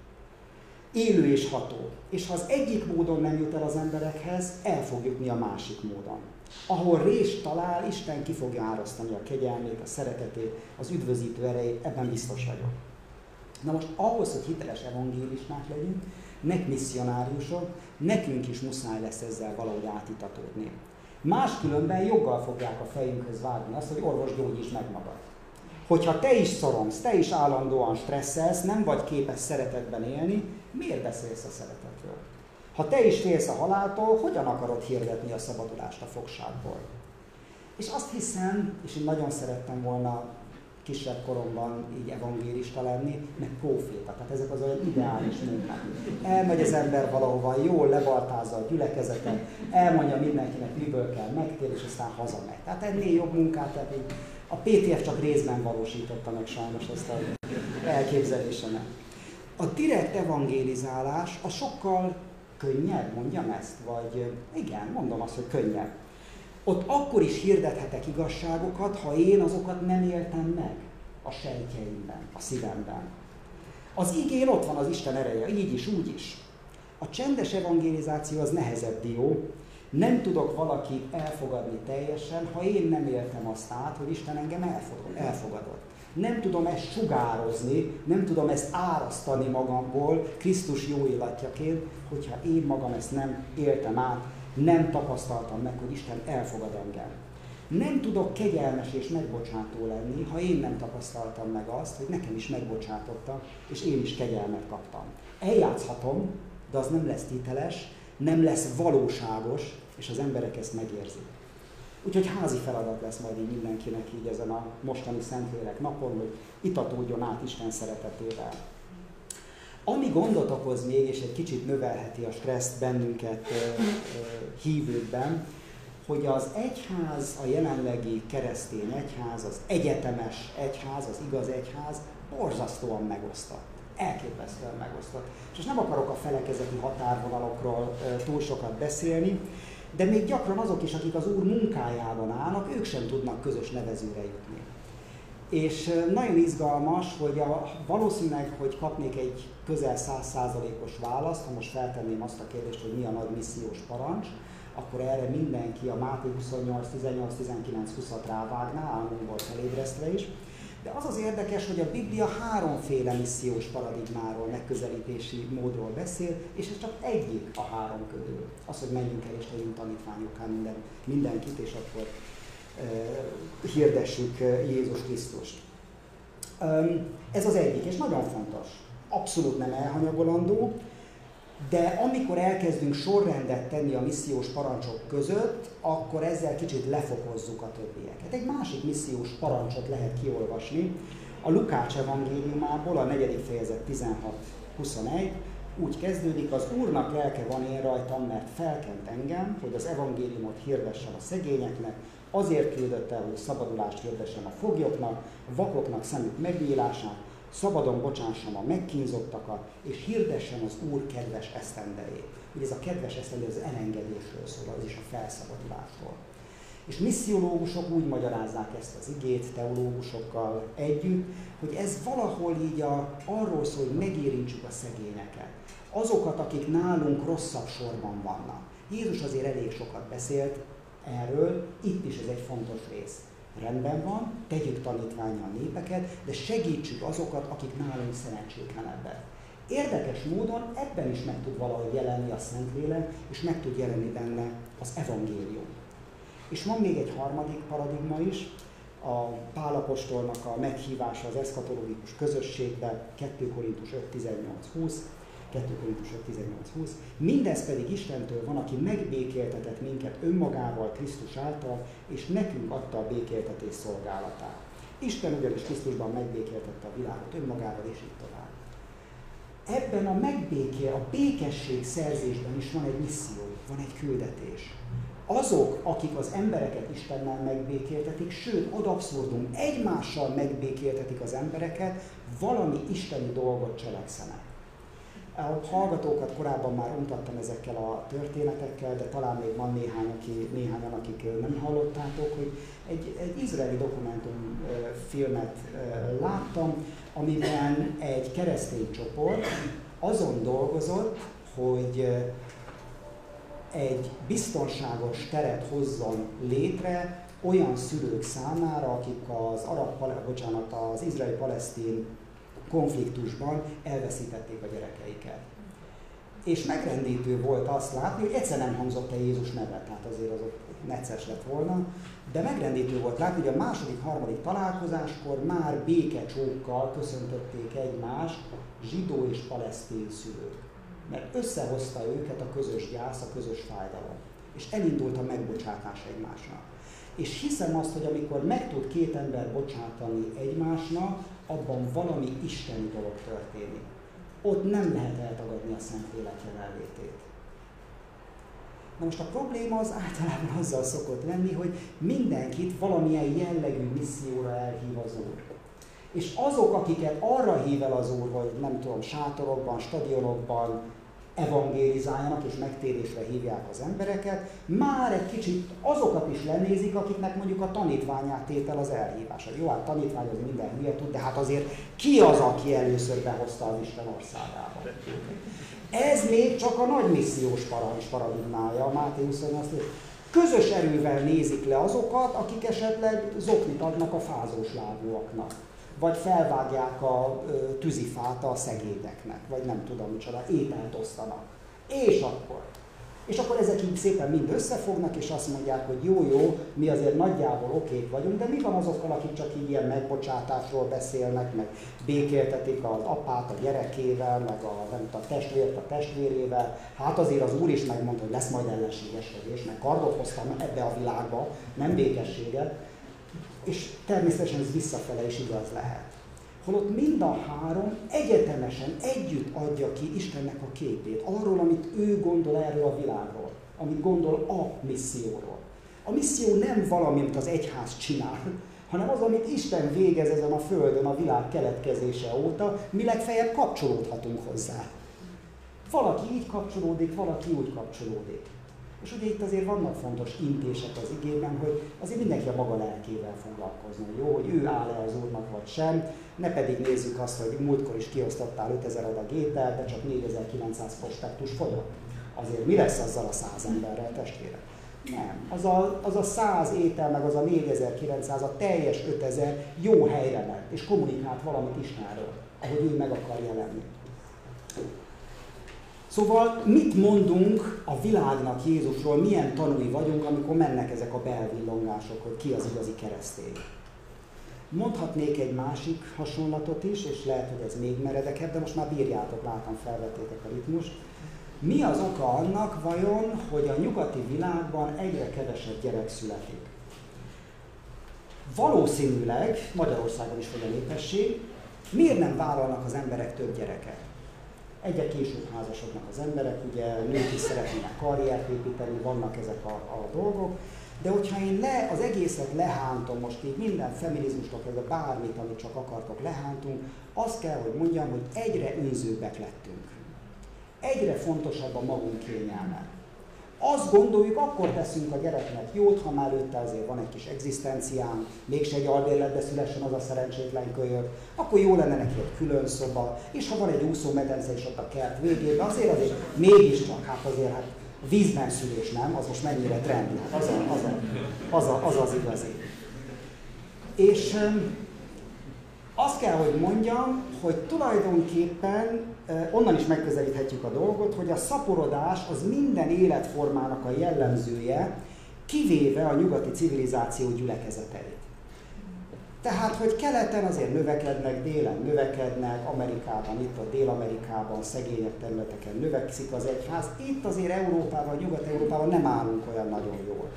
Élő és ható. És ha az egyik módon nem jut el az emberekhez, el fog jutni a másik módon. Ahol rést talál, Isten ki fogja árasztani a kegyelmét, a szeretetét, az üdvözítő erejét, ebben biztos vagyok. Na most ahhoz, hogy hiteles evangélisták legyünk, nek misszionáriusok, nekünk is muszáj lesz ezzel valahogy átitatódni. Máskülönben joggal fogják a fejünkhöz vágni azt, hogy orvos, gyógyítsd meg magad. Hogyha te is szorongsz, te is állandóan stresszelsz, nem vagy képes szeretetben élni, miért beszélsz a szeretetről? Ha te is félsz a haláltól, hogyan akarod hirdetni a szabadulást a fogságból? És azt hiszem, és én nagyon szerettem volna kisebb koromban így evangélista lenni, meg próféta. Tehát ezek az olyan ideális munkák. Elmegy az ember valahova, jól lebaltázza a gyülekezetet, elmondja mindenkinek, miből kell megtérni, és aztán hazamegy. Tehát ennél jobb munkát, tehát így a PTF csak részben valósította meg sajnos ezt az elképzelésemet. A direkt evangélizálás a sokkal könnyebb, mondjam ezt? Vagy igen, mondom azt, hogy könnyebb. Ott akkor is hirdethetek igazságokat, ha én azokat nem éltem meg a sejtjeimben, a szívemben. Az igén ott van az Isten ereje, így is, úgy is. A csendes evangélizáció az nehezebb dió. Nem tudok valakit elfogadni teljesen, ha én nem éltem azt át, hogy Isten engem elfogadott. Nem tudom ezt sugározni, nem tudom ezt árasztani magamból Krisztus jó illatjaként, hogyha én magam ezt nem éltem át, nem tapasztaltam meg, hogy Isten elfogad engem. Nem tudok kegyelmes és megbocsátó lenni, ha én nem tapasztaltam meg azt, hogy nekem is megbocsátotta, és én is kegyelmet kaptam. Eljátszhatom, de az nem lesz hiteles, nem lesz valóságos, és az emberek ezt megérzik. Úgyhogy házi feladat lesz majd így mindenkinek így ezen a mostani Szentlélek napon, hogy itatódjon át Isten szeretetével. Ami gondot okoz még, és egy kicsit növelheti a stresszt bennünket hívőkben, hogy az egyház, a jelenlegi keresztény egyház, az egyetemes egyház, az igaz egyház borzasztóan megosztott. Elképesztően megosztott. És most nem akarok a felekezeti határvonalokról túl sokat beszélni, de még gyakran azok is, akik az Úr munkájában állnak, ők sem tudnak közös nevezőre jutni. És nagyon izgalmas, hogy valószínűleg, hogy kapnék egy közel 100%-os választ, ha most feltenném azt a kérdést, hogy mi a nagy missziós parancs, akkor erre mindenki a Máté 28, 18, 19, 20-at rávágná, álmunkból felébresztve is. De az az érdekes, hogy a Biblia háromféle missziós paradigmáról, megközelítési módról beszél, és ez csak egyik a három közül. Az, hogy menjünk el és tegyünk tanítványokká mindenkit, és akkor hirdessük Jézus Krisztust. Ez az egyik, és nagyon fontos. Abszolút nem elhanyagolandó, de amikor elkezdünk sorrendet tenni a missziós parancsok között, akkor ezzel kicsit lefokozzuk a többieket. Egy másik missziós parancsot lehet kiolvasni a Lukács evangéliumából, a 4. fejezet 16-21, úgy kezdődik: az Úrnak lelke van én rajtam, mert felkent engem, hogy az evangéliumot hirdessem a szegényeknek, azért küldött el, hogy szabadulást hirdessem a foglyoknak, vakoknak szemük megnyílását, szabadon bocsássam a megkínzottakat, és hirdessem az Úr kedves esztendejét. Ugye ez a kedves esztendő az elengedésről szól, az is a felszabadulásról. És missziológusok úgy magyarázzák ezt az igét, teológusokkal együtt, hogy ez valahol így arról szól, hogy megérintsük a szegényeket. Azokat, akik nálunk rosszabb sorban vannak. Jézus azért elég sokat beszélt erről, itt is ez egy fontos rész. Rendben van, tegyük tanítvánnyal népeket, de segítsük azokat, akik nálunk szerencsétlenebbek. Érdekes módon ebben is meg tud valahogy jelenni a Szentlélek, és meg tud jelenni benne az evangélium. És van még egy harmadik paradigma is, a Pál apostolnak a meghívása az eszkatológikus közösségbe, 2 Korintus 5.18-20, 2 Korintus 5.18-20. Mindez pedig Istentől van, aki megbékéltetett minket önmagával, Krisztus által, és nekünk adta a békéltetés szolgálatát. Isten ugyanis Krisztusban megbékéltette a világot önmagával, és így tovább. Ebben a békesség szerzésben is van egy misszió, van egy küldetés. Azok, akik az embereket Istennel megbékéltetik, sőt, ad abszurdum, egymással megbékéltetik az embereket, valami isteni dolgot cselekszenek. A hallgatókat korábban már untattam ezekkel a történetekkel, de talán még van néhányan, akik nem hallottátok, hogy egy izraeli dokumentumfilmet láttam, amiben egy keresztény csoport azon dolgozott, hogy egy biztonságos teret hozzon létre olyan szülők számára, akik az izraeli-palesztin konfliktusban elveszítették a gyerekeiket. És megrendítő volt azt látni, hogy egyszer nem hangzott el Jézus neve, tehát azért az ott necces lett volna, de megrendítő volt látni, hogy a második-harmadik találkozáskor már békecsókkal köszöntötték egymást zsidó és palesztin szülők. Mert összehozta őket a közös gyász, a közös fájdalom. És elindult a megbocsátás egymásnak. És hiszem azt, hogy amikor meg tud két ember bocsátani egymásnak, abban valami isteni dolog történik. Ott nem lehet eltagadni a Szentlélek jelenlétét. Na most a probléma az általában azzal szokott lenni, hogy mindenkit valamilyen jellegű misszióra elhív az Úr. És azok, akiket arra hív el az Úr, hogy nem tudom, sátorokban, stadionokban evangélizáljanak és megtérésre hívják az embereket, már egy kicsit azokat is lenézik, akiknek mondjuk a tanítványát tétel az elhívása. Jó, hát tanítvány az minden hülye tud, de hát azért ki az, aki először behozta az Isten országába? Ez még csak a nagy missziós paradigmája, a Máté 28. Közös erővel nézik le azokat, akik esetleg zoknit adnak a fázós lábúaknak, vagy felvágják a tűzifát a szegényeknek, vagy nem tudom micsoda, ételt osztanak. És akkor ezek így szépen mind összefognak, és azt mondják, hogy jó, mi azért nagyjából okék vagyunk, de mi van azokkal, akik csak így ilyen megbocsátásról beszélnek, meg békéltetik az apát a gyerekével, meg a testvért a testvérével. Hát azért az Úr is megmondta, hogy lesz majd ellenségeskedés, meg kardot hoztam ebbe a világba, nem békességet. És természetesen ez visszafele is igaz lehet. Holott mind a három egyetemesen együtt adja ki Istennek a képét, arról, amit ő gondol erről a világról, amit gondol a misszióról. A misszió nem valami, amit az egyház csinál, hanem az, amit Isten végez ezen a földön a világ keletkezése óta, mi legfeljebb kapcsolódhatunk hozzá. Valaki így kapcsolódik, valaki úgy kapcsolódik. És ugye itt azért vannak fontos intések az igében, hogy azért mindenki a maga lelkével foglalkozni. Jó, hogy ő áll-e az Úrnak vagy sem, ne pedig nézzük azt, hogy múltkor is kiosztottál 5000 adag ételt, de csak 4900 prospektus fogyott. Azért mi lesz azzal a 100 emberrel, testvérek? Nem. Az a 100 étel, meg az a 4900, a teljes 5000 jó helyre ment, és kommunikált valamit Istenről, ahogy ő meg akar jelenni. Szóval mit mondunk a világnak Jézusról, milyen tanúi vagyunk, amikor mennek ezek a belvillongások, hogy ki az igazi keresztény. Mondhatnék egy másik hasonlatot is, és lehet, hogy ez még meredekebb, de most már bírjátok, látom, felvettétek a ritmust. Mi az oka annak vajon, hogy a nyugati világban egyre kevesebb gyerek születik? Valószínűleg, Magyarországon is vagy a népesség, miért nem vállalnak az emberek több gyereket? Egyre később házasodnak az emberek, ugye nők is szeretnének karriert építeni, vannak ezek a dolgok, de hogyha én az egészet lehántom, most így minden feminizmustól kezdve bármit, amit csak akartok, lehántunk, azt kell, hogy mondjam, hogy egyre önzőbbek lettünk. Egyre fontosabb a magunk kényelme. Azt gondoljuk, akkor teszünk a gyereknek jót, ha már előtte azért van egy kis egzisztencián, mégse egy albérletbe szülessen az a szerencsétlen kölyök, akkor jó lenne neki egy külön szoba, és ha van egy úszómedence is ott a kert végében, azért mégiscsak, hát vízben szülés, nem? Az most mennyire trendi, hát az igazi. És azt kell, hogy mondjam, hogy tulajdonképpen onnan is megközelíthetjük a dolgot, hogy a szaporodás az minden életformának a jellemzője, kivéve a nyugati civilizáció gyülekezeteit. Tehát, hogy keleten azért növekednek, délen növekednek, Amerikában, itt a Dél-Amerikában, szegényebb területeken növekszik az egyház, itt azért Európában, Nyugat-Európában nem állunk olyan nagyon jól.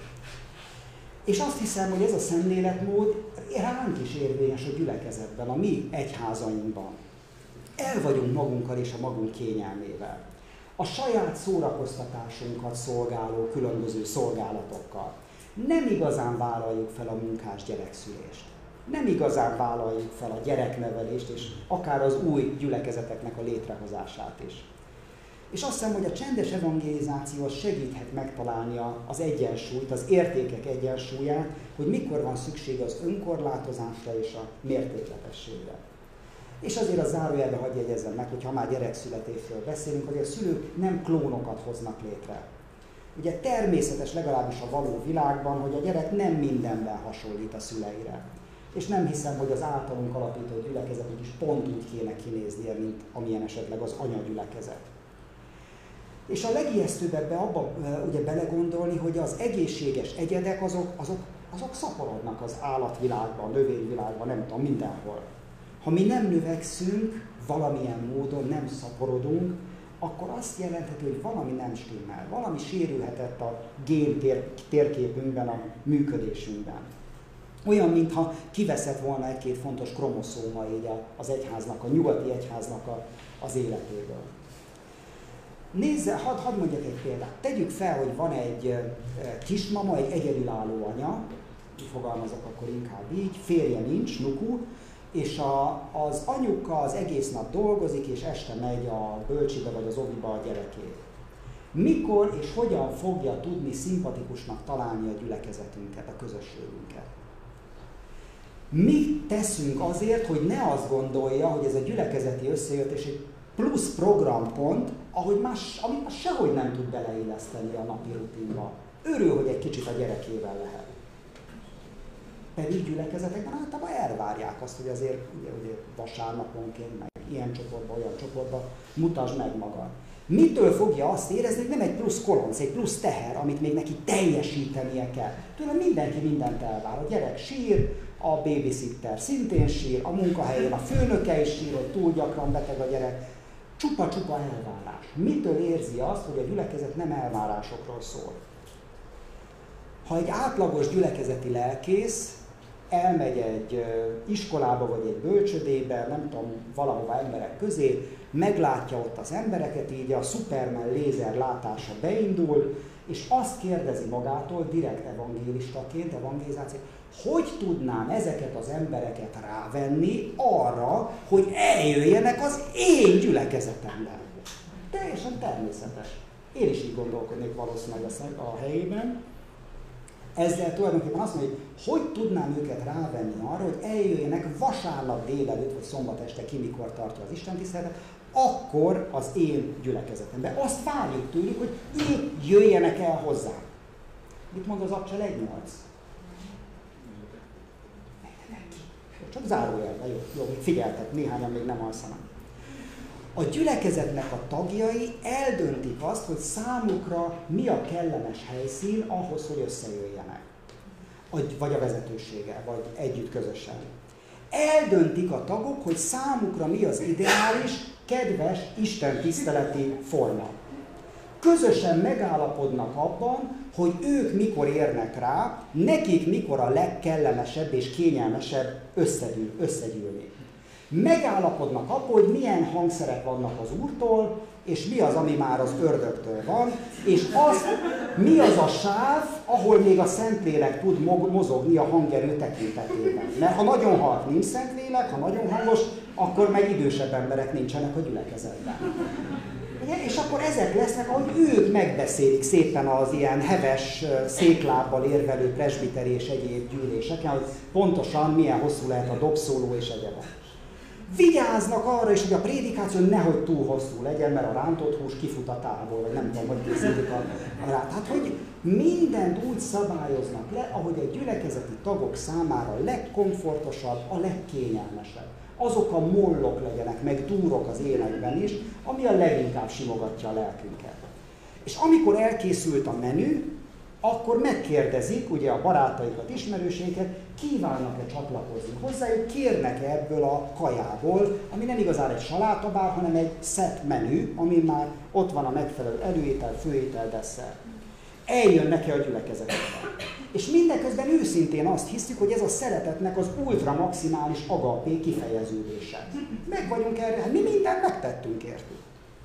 És azt hiszem, hogy ez a szemléletmód ránk is érvényes a gyülekezetben, a mi egyházainkban. El vagyunk magunkkal és a magunk kényelmével. A saját szórakoztatásunkat szolgáló különböző szolgálatokkal. Nem igazán vállaljuk fel a munkás gyerekszülést. Nem igazán vállaljuk fel a gyereknevelést, és akár az új gyülekezeteknek a létrehozását is. És azt hiszem, hogy a csendes evangelizáció az segíthet megtalálni az egyensúlyt, az értékek egyensúlyát, hogy mikor van szükség az önkorlátozásra és a mértékletességre. És azért a zárójelbe hadd jegyezzem meg, hogy ha már gyerekszületésről beszélünk, azért a szülők nem klónokat hoznak létre. Ugye természetes legalábbis a való világban, hogy a gyerek nem mindenben hasonlít a szüleire. És nem hiszem, hogy az általunk alapított gyülekezetnek is pont úgy kéne kinéznie, mint amilyen esetleg az anyagyülekezet. És a legijesztőbb ebbe abba ugye belegondolni, hogy az egészséges egyedek azok szaporodnak az állatvilágban, a növényvilágban, nem tudom, mindenhol. Ha mi nem növekszünk, valamilyen módon nem szaporodunk, akkor azt jelenthető, hogy valami nem stimmel, valami sérülhetett a gén térképünkben, a működésünkben. Olyan, mintha kiveszett volna egy-két fontos kromoszóma így az egyháznak, a nyugati egyháznak az életéből. Nézze, hadd mondjak egy példát. Tegyük fel, hogy van egy kismama, egy egyedülálló anya, fogalmazok akkor inkább így, férje nincs, nuku, és az anyuka az egész nap dolgozik, és este megy a bölcsibe vagy az oviba a gyerekét. Mikor és hogyan fogja tudni szimpatikusnak találni a gyülekezetünket, a közösségünket? Mi teszünk azért, hogy ne azt gondolja, hogy ez a gyülekezeti összejöttés egy plusz programpont, amit már sehogy nem tud beleilleszteni a napi rutinba. Örül, hogy egy kicsit a gyerekével lehet. Pedig gyülekezetekben általában elvárják azt, hogy azért ugye vasárnaponként, meg ilyen csoportban, olyan csoportban mutasd meg magad. Mitől fogja azt érezni, hogy nem egy plusz kolonc, egy plusz teher, amit még neki teljesítenie kell. Tőle mindenki mindent elvár. A gyerek sír, a babysitter szintén sír, a munkahelyén a főnöke is sír, hogy túl gyakran beteg a gyerek. Csupa-csupa elvárás. Mitől érzi azt, hogy a gyülekezet nem elvárásokról szól? Ha egy átlagos gyülekezeti lelkész elmegy egy iskolába vagy egy bölcsödébe, nem tudom, valahova emberek közé, meglátja ott az embereket, így a Superman lézer látása beindul, és azt kérdezi magától, direkt evangélistaként, evangélizáció, hogy tudnám ezeket az embereket rávenni arra, hogy eljöjjenek az én gyülekezetemben. Teljesen természetes. Én is így gondolkodnék valószínűleg a helyében. Ezzel tulajdonképpen azt mondja, hogy tudnám őket rávenni arra, hogy eljöjjenek vasárnap délelőtt, vagy szombat este, ki mikor tartja az istentiszteletet, akkor az én gyülekezetemben. Azt várjuk tőlük, hogy ők jöjjenek el hozzám. Mit mond az Abcsel 1.8? Csak zárójelben, jó, még figyeltek, néhányan még nem alszanak. A gyülekezetnek a tagjai eldöntik azt, hogy számukra mi a kellemes helyszín ahhoz, hogy összejöjjenek. Vagy a vezetősége, vagy együtt közösen. Eldöntik a tagok, hogy számukra mi az ideális, kedves, istentiszteleti forma. Közösen megállapodnak abban, hogy ők mikor érnek rá, nekik mikor a legkellemesebb és kényelmesebb összegyűlni. Megállapodnak abban, hogy milyen hangszerek vannak az Úrtól, és mi az, ami már az ördögtől van, és mi az a sáv, ahol még a Szentlélek tud mozogni a hangerő tekintetében. Mert ha nagyon halk, nincs Szentlélek, ha nagyon hangos, akkor meg idősebb emberek nincsenek a gyülekezetben. És akkor ezek lesznek, ahogy ők megbeszélik szépen az ilyen heves, széklábbal érvelő presbiteri és egyéb gyűléseken, hogy pontosan milyen hosszú lehet a dobszóló és egyebek. Vigyáznak arra is, hogy a prédikáció nehogy túl hosszú legyen, mert a rántott hús kifut a tálból, vagy nem tudom, hogy készítik a rá. Tehát, hogy mindent úgy szabályoznak le, ahogy a gyülekezeti tagok számára a legkomfortosabb, a legkényelmesebb. Azok a mollok legyenek, meg dúrok az énekben is, ami a leginkább simogatja a lelkünket. És amikor elkészült a menü, akkor megkérdezik ugye a barátaikat, ismerőseiket, kívánnak-e csatlakozni hozzájuk, kérnek-e ebből a kajából, ami nem igazán egy salátabár, hanem egy set menü, ami már ott van a megfelelő előétel, főétel, desszert. Eljönnek-e a gyülekezetekben. És mindeközben őszintén azt hiszük, hogy ez a szeretetnek az ultramaximális agapé kifejeződése. Meg vagyunk erre, hát mi mindent megtettünk értük.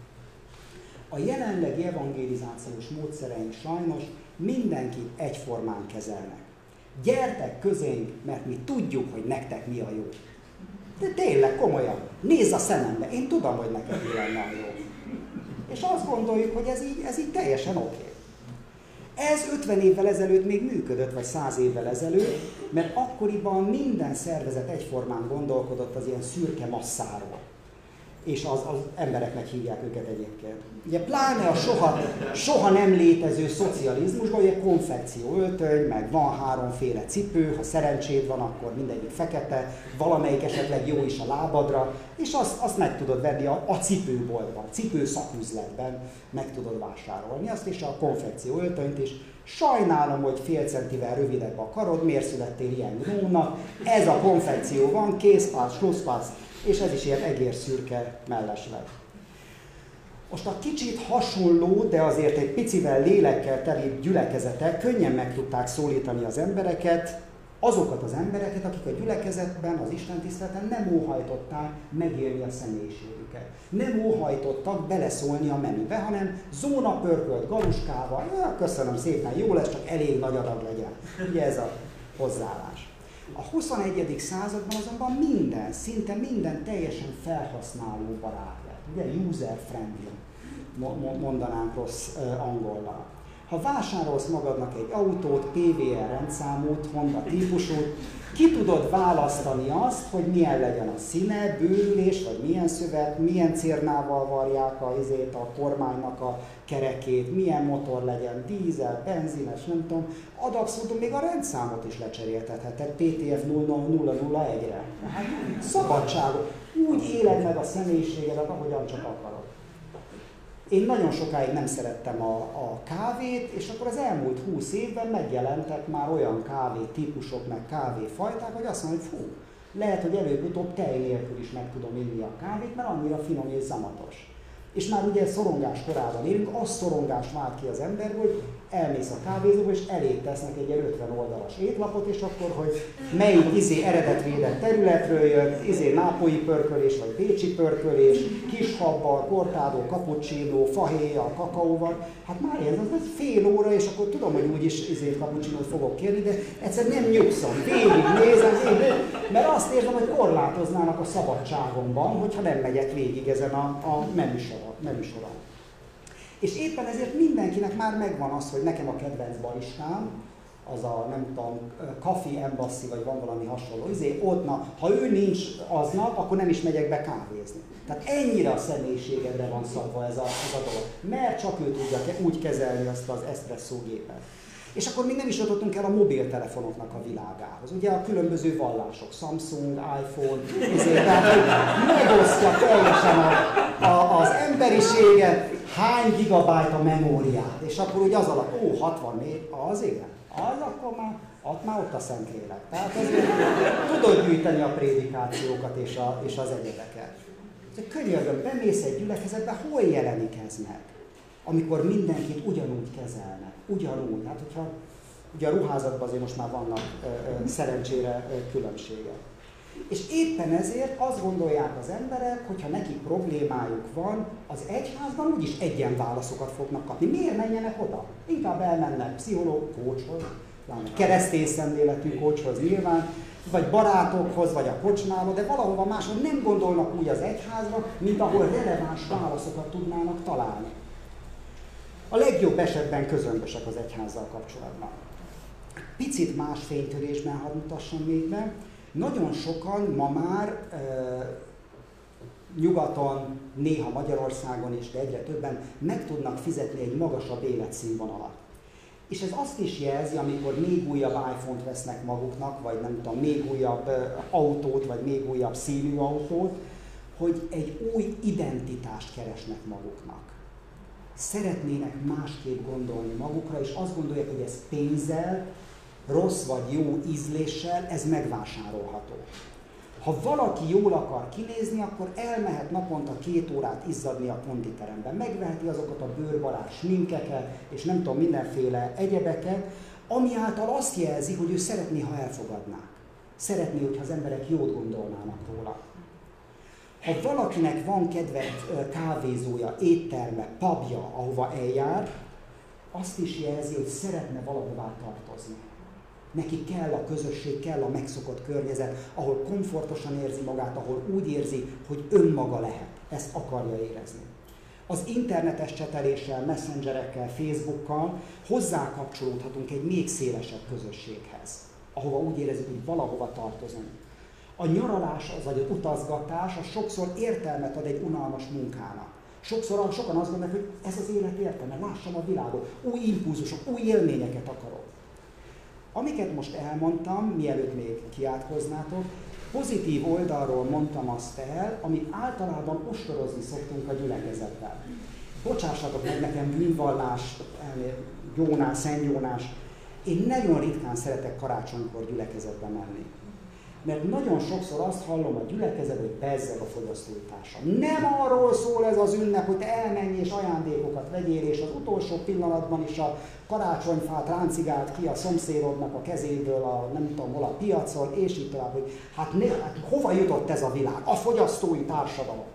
A jelenlegi evangelizációs módszereink sajnos mindenkit egyformán kezelnek. Gyertek közénk, mert mi tudjuk, hogy nektek mi a jó. De tényleg, komolyan, nézz a szemembe, én tudom, hogy neked mi lenne a jó. És azt gondoljuk, hogy ez így teljesen oké. Ez 50 évvel ezelőtt még működött, vagy 100 évvel ezelőtt, mert akkoriban minden szervezet egyformán gondolkodott az ilyen szürke masszáról. És az embereknek hívják őket egyébként. Ugye pláne a soha nem létező szocializmusban, ugye konfekció öltöny, meg van 3 féle cipő, ha szerencséd van, akkor mindegyik fekete, valamelyik esetleg jó is a lábadra, és azt meg tudod venni a cipőboltban, cipő szaküzletben meg tudod vásárolni azt, és a konfekció öltönyt is. Sajnálom, hogy fél centivel rövidebb a karod, miért születtél ilyen grónak, ez a konfekció van, készpász, slusszpász, és ez is ilyen egérszürke mellesleg. Most a kicsit hasonló, de azért egy picivel lélekkel teli gyülekezetek könnyen meg tudták szólítani az embereket, azokat az embereket, akik a gyülekezetben, az istentiszteleten nem óhajtották megélni a személyiségüket. Nem óhajtottak beleszólni a menübe, hanem zóna pörkölt galuskával, ja, köszönöm szépen, jó lesz, csak elég nagy adag legyen. Ugye ez a hozzáállás. A 21. században azonban minden, szinte minden teljesen felhasználó barát lett. Ugye user-friendly, mondanánk rossz angollal. Ha vásárolsz magadnak egy autót, PVR rendszámút, Honda típusút, ki tudod választani azt, hogy milyen legyen a színe, bőrülés, vagy milyen szövet, milyen cérnával varják a kormánynak a kerekét, milyen motor legyen, dízel, benzines, nem tudom. Adagszódon még a rendszámot is lecseréltetheted TTF 0001-re. Hát szabadságot. Úgy éled meg a személyiségedet, ahogyan csak akarod. Én nagyon sokáig nem szerettem a kávét, és akkor az elmúlt 20 évben megjelentek már olyan kávé típusok, meg kávéfajták, hogy azt mondom, hogy fú, lehet, hogy előbb-utóbb tej nélkül is meg tudom inni a kávét, mert annyira finom és zamatos. És már ugye szorongás korában élünk, az szorongás vált ki az emberből, hogy elmész a kávézóba, és elég tesznek egy 50 oldalas étlapot, és akkor, hogy melyik eredetvédett területről jött, nápolyi pörkölés, vagy bécsi pörkölés, kis habbal, cortado, cappuccino, fahéjjal, kakaóval, hát már ez fél óra, és akkor tudom, hogy úgyis cappuccinót fogok kérni, de egyszer nem nyugszom, végignézem, mert azt érzem, hogy korlátoznának a szabadságomban, hogyha nem megyek végig ezen a menüsoron. És éppen ezért mindenkinek már megvan az, hogy nekem a kedvenc baristám, az a, nem tudom, Coffee Embassy, vagy van valami hasonló, ott, na, ha ő nincs aznap, akkor nem is megyek be kávézni. Tehát ennyire a személyiségedre van szabva ez a dolog, mert csak ő tudja úgy kezelni azt az espresszó gépet. És akkor még nem is jutottunk el a mobiltelefonoknak a világához. Ugye a különböző vallások, Samsung, iPhone, tehát megosztja teljesen az emberiséget, hány gigabyte a memóriát, és akkor úgy az alatt, 64, az igen, az akkor már ott a Szentlélek. Tehát ezért tudod gyűjteni a prédikációkat és az egyebeket. Könyörgöm, bemész egy gyülekezetbe, hol jelenik ez meg? Amikor mindenkit ugyanúgy kezelnek, ugyanúgy. Hát hogyha ugye a ruházatban azért most már vannak szerencsére különbségek. És éppen ezért azt gondolják az emberek, hogyha nekik problémájuk van, az egyházban úgyis egyen válaszokat fognak kapni. Miért menjenek oda? Inkább elmennek pszichológ, kócshoz, keresztény szemléletű kócshoz nyilván, vagy barátokhoz, vagy a kocsmába, de valahova máshol nem gondolnak úgy az egyházra, mint ahol releváns válaszokat tudnának találni. A legjobb esetben közömbösek az egyházzal kapcsolatban. Picit más fénytörésben hadd mutassam még be. Nagyon sokan ma már nyugaton, néha Magyarországon is, de egyre többen meg tudnak fizetni egy magasabb életszínvonalat. És ez azt is jelzi, amikor még újabb iPhone-t vesznek maguknak, vagy nem tudom, még újabb autót, vagy még újabb színű autót, hogy egy új identitást keresnek maguknak. Szeretnének másképp gondolni magukra, és azt gondolják, hogy ez pénzzel, rossz vagy jó ízléssel, ez megvásárolható. Ha valaki jól akar kinézni, akkor elmehet naponta 2 órát izzadni a konditeremben. Megveheti azokat a bőrbarát sminkeket, és nem tudom, mindenféle egyebeket, ami által azt jelzi, hogy ő szeretné, ha elfogadnák. Szeretné, hogyha az emberek jót gondolnának róla. Ha valakinek van kedvenc kávézója, étterme, pubja, ahova eljár, azt is jelzi, hogy szeretne valahová tartozni. Neki kell a közösség, kell a megszokott környezet, ahol komfortosan érzi magát, ahol úgy érzi, hogy önmaga lehet. Ezt akarja érezni. Az internetes cseteléssel, messengerekkel, Facebookkal hozzákapcsolódhatunk egy még szélesebb közösséghez, ahova úgy érezzük, hogy valahova tartozunk. A nyaralás, vagy az utazgatás, az sokszor értelmet ad egy unalmas munkának. Sokan azt gondolják, hogy ez az élet értelme, lássam a világot, új impulzusok, új élményeket akarok. Amiket most elmondtam, mielőtt még kiátkoznátok, pozitív oldalról mondtam azt el, amit általában ostorozni szoktunk a gyülekezetben. Bocsássatok meg nekem, bűnvallás, Jónás, Szent Jónás. Én nagyon ritkán szeretek karácsonykor gyülekezetbe menni. Mert nagyon sokszor azt hallom a gyülekezetben, hogy bezzeg a fogyasztói társadalom. Nem arról szól ez az ünnep, hogy te elmenj és ajándékokat vegyél, és az utolsó pillanatban is a karácsonyfát ráncigált ki a szomszédodnak a kezéből, nem tudom hol a piacon, és így tovább, hogy hát hova jutott ez a világ? A fogyasztói társadalom.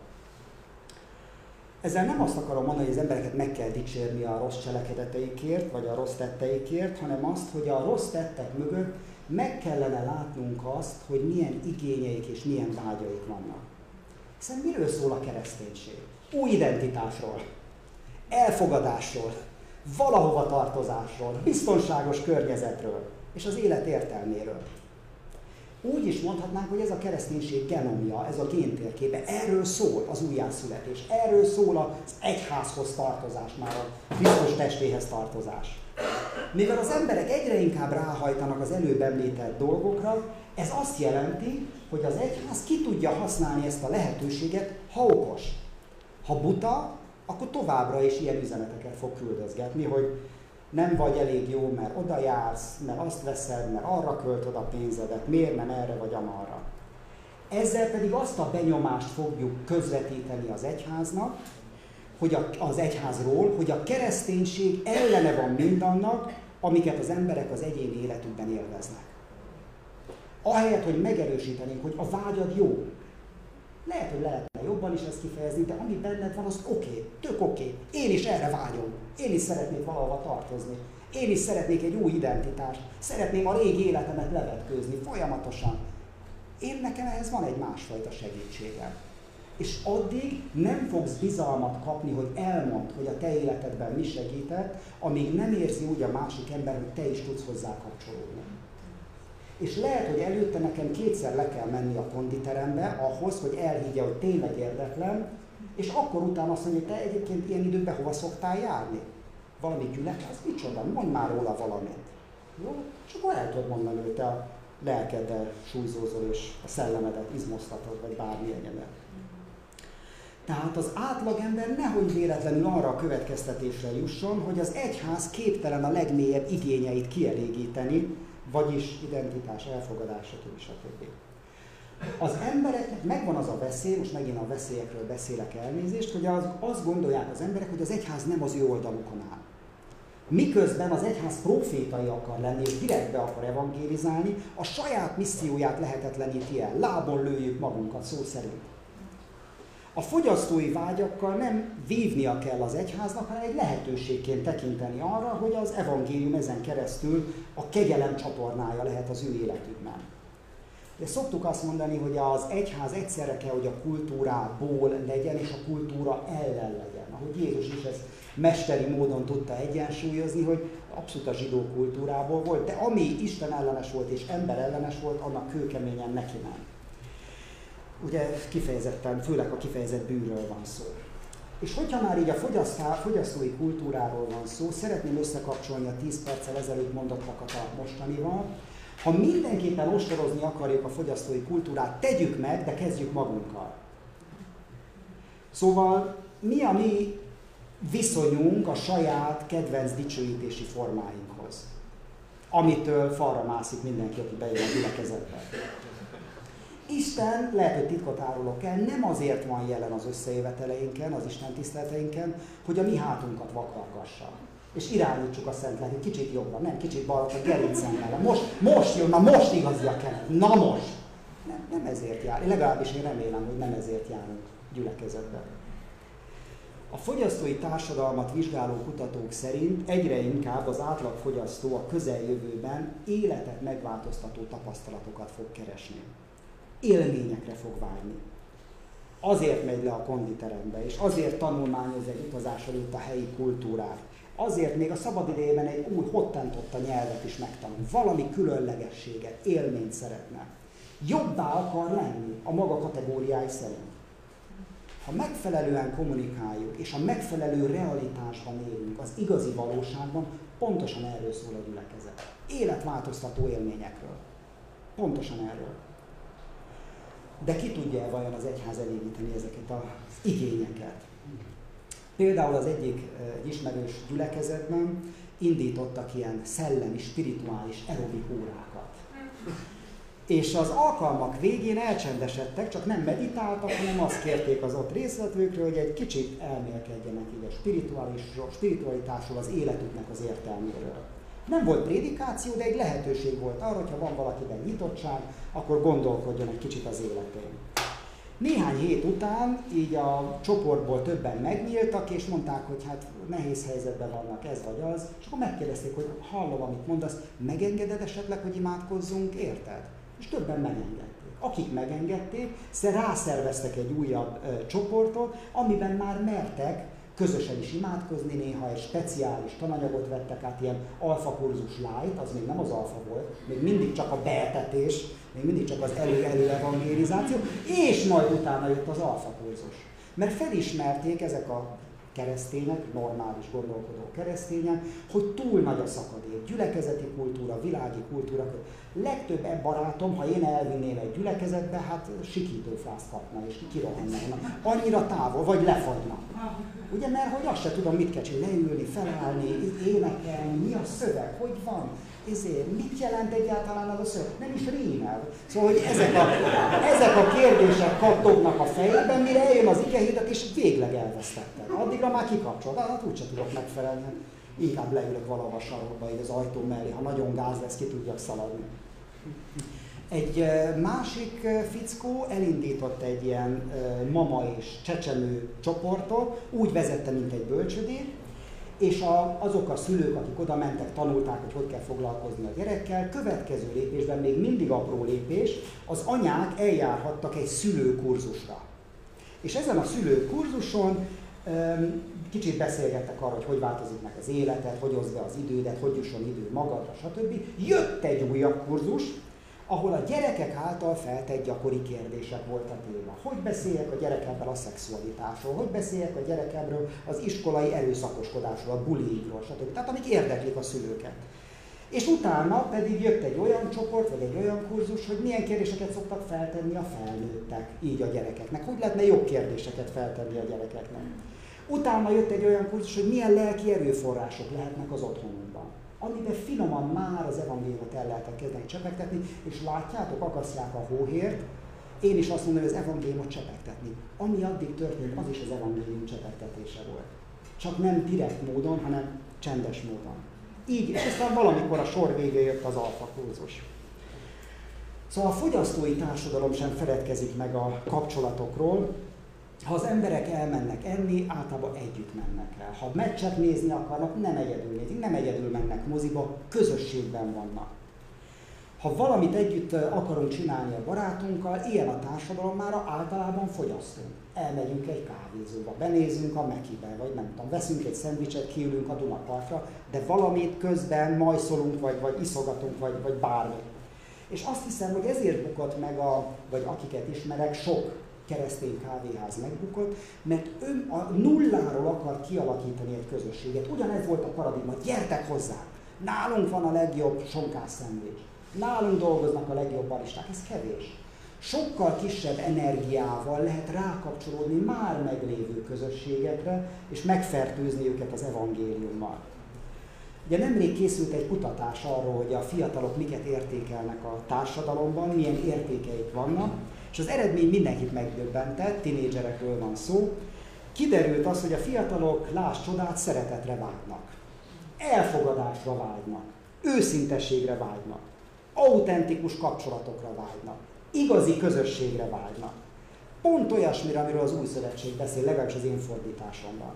Ezzel nem azt akarom mondani, hogy az embereket meg kell dicsérni a rossz cselekedeteikért, vagy a rossz tetteikért, hanem azt, hogy a rossz tettek mögött meg kellene látnunk azt, hogy milyen igényeik és milyen vágyaik vannak. Hiszen miről szól a kereszténység? Új identitásról, elfogadásról, valahova tartozásról, biztonságos környezetről és az élet értelméről. Úgy is mondhatnánk, hogy ez a kereszténység genomja, ez a géntérképe, erről szól az újjászületés, erről szól az egyházhoz tartozás, már a Krisztus testéhez tartozás. Mivel az emberek egyre inkább ráhajtanak az előbb említett dolgokra, ez azt jelenti, hogy az egyház ki tudja használni ezt a lehetőséget, ha okos. Ha buta, akkor továbbra is ilyen üzeneteket fog küldözgetni, hogy nem vagy elég jó, mert oda jársz, mert azt veszed, mert arra költöd a pénzedet, miért nem erre vagy amarra. Ezzel pedig azt a benyomást fogjuk közvetíteni az egyháznak, hogy az egyházról, hogy a kereszténység ellene van mindannak, amiket az emberek az egyéni életükben élveznek. Ahelyett, hogy megerősítenénk, hogy a vágyad jó. Lehet, hogy lehetne jobban is ezt kifejezni, de ami benned van, az oké, tök oké. Én is erre vágyom. Én is szeretnék valahova tartozni. Én is szeretnék egy új identitást. Szeretném a régi életemet levetkőzni folyamatosan. Nekem ehhez van egy másfajta segítségem. És addig nem fogsz bizalmat kapni, hogy elmondd, hogy a te életedben mi segített, amíg nem érzi úgy a másik ember, hogy te is tudsz hozzá kapcsolódni. És lehet, hogy előtte nekem kétszer le kell menni a konditerembe ahhoz, hogy elhiggye, hogy tényleg érdeklem, és akkor utána azt mondja, hogy te egyébként ilyen időben hova szoktál járni? Valami gyülekezet? Az micsoda? Mondj már róla valamit. Jó? És akkor el tudod mondani, hogy te a lelkeddel súlyzózol, és a szellemedet izmoztatod, vagy bármi egyedet. Tehát az átlagember nehogy véletlenül arra a következtetésre jusson, hogy az egyház képtelen a legmélyebb igényeit kielégíteni, vagyis identitás, elfogadás, stb. Az embereknek megvan az a veszély, most megint a veszélyekről beszélek, elnézést, hogy azt gondolják az emberek, hogy az egyház nem az ő oldalukon áll. Miközben az egyház profétai akar lenni, és direktbe akar evangélizálni, a saját misszióját lehetetleníti el. Lábon lőjük magunkat, szó szerint. A fogyasztói vágyakkal nem vívnia kell az egyháznak, hanem egy lehetőségként tekinteni arra, hogy az evangélium ezen keresztül a kegyelem csatornája lehet az ő életükben. De szoktuk azt mondani, hogy az egyház egyszerre kell, hogy a kultúrából legyen, és a kultúra ellen legyen. Ahogy Jézus is ezt mesteri módon tudta egyensúlyozni, hogy abszolút a zsidó kultúrából volt, de ami Isten ellenes volt és ember ellenes volt, annak kőkeményen neki ment. Ugye kifejezetten, főleg a kifejezett bűnről van szó. És hogyha már így a fogyasztói kultúráról van szó, szeretném összekapcsolni a 10 perccel ezelőtt mondottakat a mostanival. Ha mindenképpen ostorozni akarjuk a fogyasztói kultúrát, tegyük meg, de kezdjük magunkkal. Szóval mi a mi viszonyunk a saját kedvenc dicsőítési formáinkhoz, amitől falra mászik mindenki, aki bejön a gyülekezetbe. Isten, lehet, hogy titkot árulok el, nem azért van jelen az összejöveteleinken, az Isten tiszteleteinken, hogy a mi hátunkat vakargassa. És irányítsuk a Szent Lelket, kicsit jobban, nem kicsit balra, a gerincen mellett. Most jön, na most igazi a kenet, na most! Nem ezért jár, legalábbis én remélem, hogy nem ezért járunk gyülekezetben. A fogyasztói társadalmat vizsgáló kutatók szerint egyre inkább az átlagfogyasztó a közeljövőben életet megváltoztató tapasztalatokat fog keresni. Élményekre fog vágyni. Azért megy le a konditerembe, és azért tanulmányoz egy utazás előtt a helyi kultúrát. Azért még a szabadidejében egy új hottentotta nyelvet is megtanul. Valami különlegességet, élményt szeretne. Jobbá akar lenni a maga kategóriái szerint. Ha megfelelően kommunikáljuk, és a megfelelő realitásban élünk, az igazi valóságban, pontosan erről szól a gyülekezet. Életváltoztató élményekről. Pontosan erről. De ki tudja vajon az egyház elégíteni ezeket az igényeket? Például az egyik ismerős gyülekezetben indítottak ilyen szellemi, spirituális, aerobik órákat. És az alkalmak végén elcsendesedtek, csak nem meditáltak, hanem azt kérték az ott résztvevőkről, hogy egy kicsit elmélkedjenek így a spiritualitásról, az életüknek az értelméről. Nem volt prédikáció, de egy lehetőség volt arra, hogyha van valakiben nyitottság, akkor gondolkodjon egy kicsit az életén. Néhány hét után így a csoportból többen megnyíltak, és mondták, hogy hát nehéz helyzetben vannak, ez vagy az, és akkor megkérdezték, hogy hallom, amit mondasz, megengeded esetleg, hogy imádkozzunk, érted? És többen megengedték. Akik megengedték, rászerveztek egy újabb csoportot, amiben már mertek közösen is imádkozni, néha egy speciális tananyagot vettek át, ilyen alfa kurzus light, az még nem az alfa volt, még mindig csak a beetetés, még mindig csak az elő evangelizáció, és majd utána jött az alfa kurzus. Mert felismerték ezek a keresztények, normális gondolkodó keresztények, hogy túl nagy a szakadék, gyülekezeti kultúra, világi kultúra. Legtöbb barátom, ha én elvinném egy gyülekezetbe, hát sikítófrászt kapna és kirohanna. Annyira távol, vagy lefagyna. Ugye, mert hogy azt se tudom, mit kell csinálni, leülni, felállni, énekelni, mi a szöveg, hogy van, mit jelent egyáltalán az a szöveg, nem is rímel. Szóval, hogy ezek a kérdések kattognak a fejében, mire eljön az igehirdetés, és végleg elvesztettem. Addigra már kikapcsol, hát úgyse tudok megfelelni. Inkább leülök valahol a sarokba, így az ajtó mellé, ha nagyon gáz lesz, ki tudjak szaladni. Egy másik fickó elindított egy ilyen mama és csecsemő csoportot, úgy vezette, mint egy bölcsödét, és azok a szülők, akik oda mentek, tanulták, hogy kell foglalkozni a gyerekkel, következő lépésben, még mindig apró lépés, az anyák eljárhattak egy szülőkurzusra. És ezen a szülőkurzuson kicsit beszélgettek arról, hogy változik meg az életed, hogy oszd be az idődet, hogy jusson idő magadra, stb. Jött egy újabb kurzus, ahol a gyerekek által feltett gyakori kérdések volt a téma. Hogy beszéljek a gyerekemmel a szexualitásról, hogy beszéljek a gyerekemről az iskolai erőszakoskodásról, a bullyingról, stb. Tehát amik érdeklik a szülőket. És utána pedig jött egy olyan csoport, vagy egy olyan kurzus, hogy milyen kérdéseket szoktak feltenni a felnőttek, így a gyerekeknek. Hogy lehetne jobb kérdéseket feltenni a gyerekeknek. Utána jött egy olyan kurzus, hogy milyen lelki erőforrások lehetnek az otthonunkban. Amiben finoman már az evangéliumot el lehetett kezdeni csepegtetni, és látjátok, akasztják a hóhért, én is azt mondom, hogy az evangéliumot csepegtetni. Ami addig történt, az is az evangélium csepegtetése volt. Csak nem direkt módon, hanem csendes módon. Így, és aztán valamikor a sor végén jött az alfa kurzus. Szóval a fogyasztói társadalom sem feledkezik meg a kapcsolatokról. Ha az emberek elmennek enni, általában együtt mennek el. Ha meccset nézni akarnak, nem egyedül nézik, nem egyedül mennek moziba, közösségben vannak. Ha valamit együtt akarunk csinálni a barátunkkal, ilyen a társadalom már általában fogyasztunk. Elmegyünk egy kávézóba, benézünk a Mekibe, vagy nem tudom, veszünk egy szendvicset, kiülünk a Dunapartra, de valamit közben majszolunk, vagy iszogatunk, vagy bármi. És azt hiszem, hogy ezért bukott meg, vagy akiket ismerek, sok keresztény kávéház megbukott, mert ön a nulláról akar kialakítani egy közösséget. Ugyanez volt a paradigma, gyertek hozzá! Nálunk van a legjobb sonkás szendvics. Nálunk dolgoznak a legjobb baristák, ez kevés. Sokkal kisebb energiával lehet rákapcsolódni már meglévő közösségekre, és megfertőzni őket az evangéliummal. Ugye nemrég készült egy kutatás arról, hogy a fiatalok miket értékelnek a társadalomban, milyen értékeik vannak, és az eredmény mindenkit megdöbbentett, tinédzserekről van szó. Kiderült az, hogy a fiatalok, láss csodát, szeretetre vágynak, elfogadásra vágynak, őszintességre vágynak, autentikus kapcsolatokra vágynak, igazi közösségre vágynak. Pont olyasmire, amiről az Új Szövetség beszél, legalábbis az én fordításomban.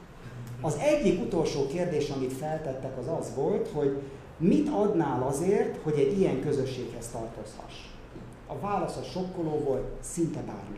Az egyik utolsó kérdés, amit feltettek, az az volt, hogy mit adnál azért, hogy egy ilyen közösséghez tartozhass. A válasz a sokkoló volt, szinte bármi.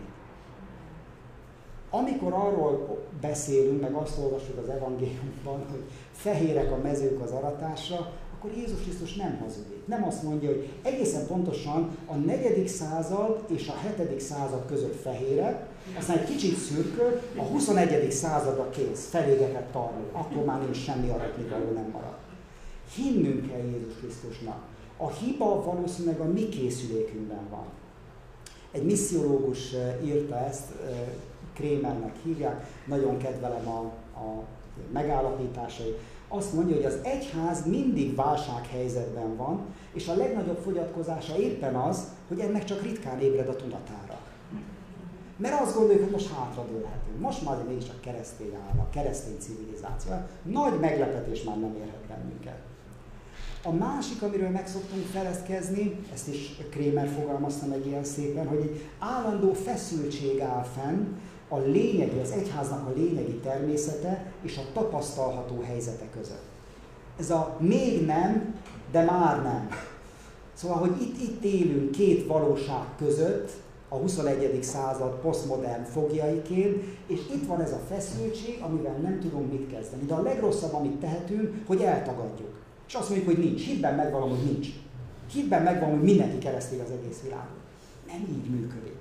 Amikor arról beszélünk, meg azt olvasjuk az evangéliumban, hogy fehérek a mezők az aratásra, akkor Jézus Krisztus nem hazudik. Nem azt mondja, hogy egészen pontosan a 4. század és a 7. század között fehérek, aztán egy kicsit szürköl, a 21. századra kész, felégetett tarló, akkor már nincs semmi aratnivaló, nem marad. Hinnünk kell Jézus Krisztusnak. A hiba valószínűleg a mi készülékünkben van. Egy missziológus írta ezt, Kramernek hívják, nagyon kedvelem a megállapításai. azt mondja, hogy az egyház mindig válsághelyzetben van, és a legnagyobb fogyatkozása éppen az, hogy ennek csak ritkán ébred a tudatára. Mert azt gondoljuk, hogy most hátradőlhetünk. Most már mégiscsak keresztény állam, keresztény civilizáció. Nagy meglepetés már nem érhet bennünket. A másik, amiről meg szoktunk feledkezni, ezt is Krémer fogalmazta meg ilyen szépen, hogy egy állandó feszültség áll fenn a lényegi, az egyháznak a lényegi természete és a tapasztalható helyzete között. Ez a még nem, de már nem. Szóval, hogy itt élünk két valóság között, a 21. század posztmodern fogjaiként, és itt van ez a feszültség, amivel nem tudunk mit kezdeni. De a legrosszabb, amit tehetünk, hogy eltagadjuk. És azt mondjuk, hogy nincs. Hitben megvalom, hogy nincs. Hitben megvalom, hogy mindenki keresztény az egész világon. Nem így működik.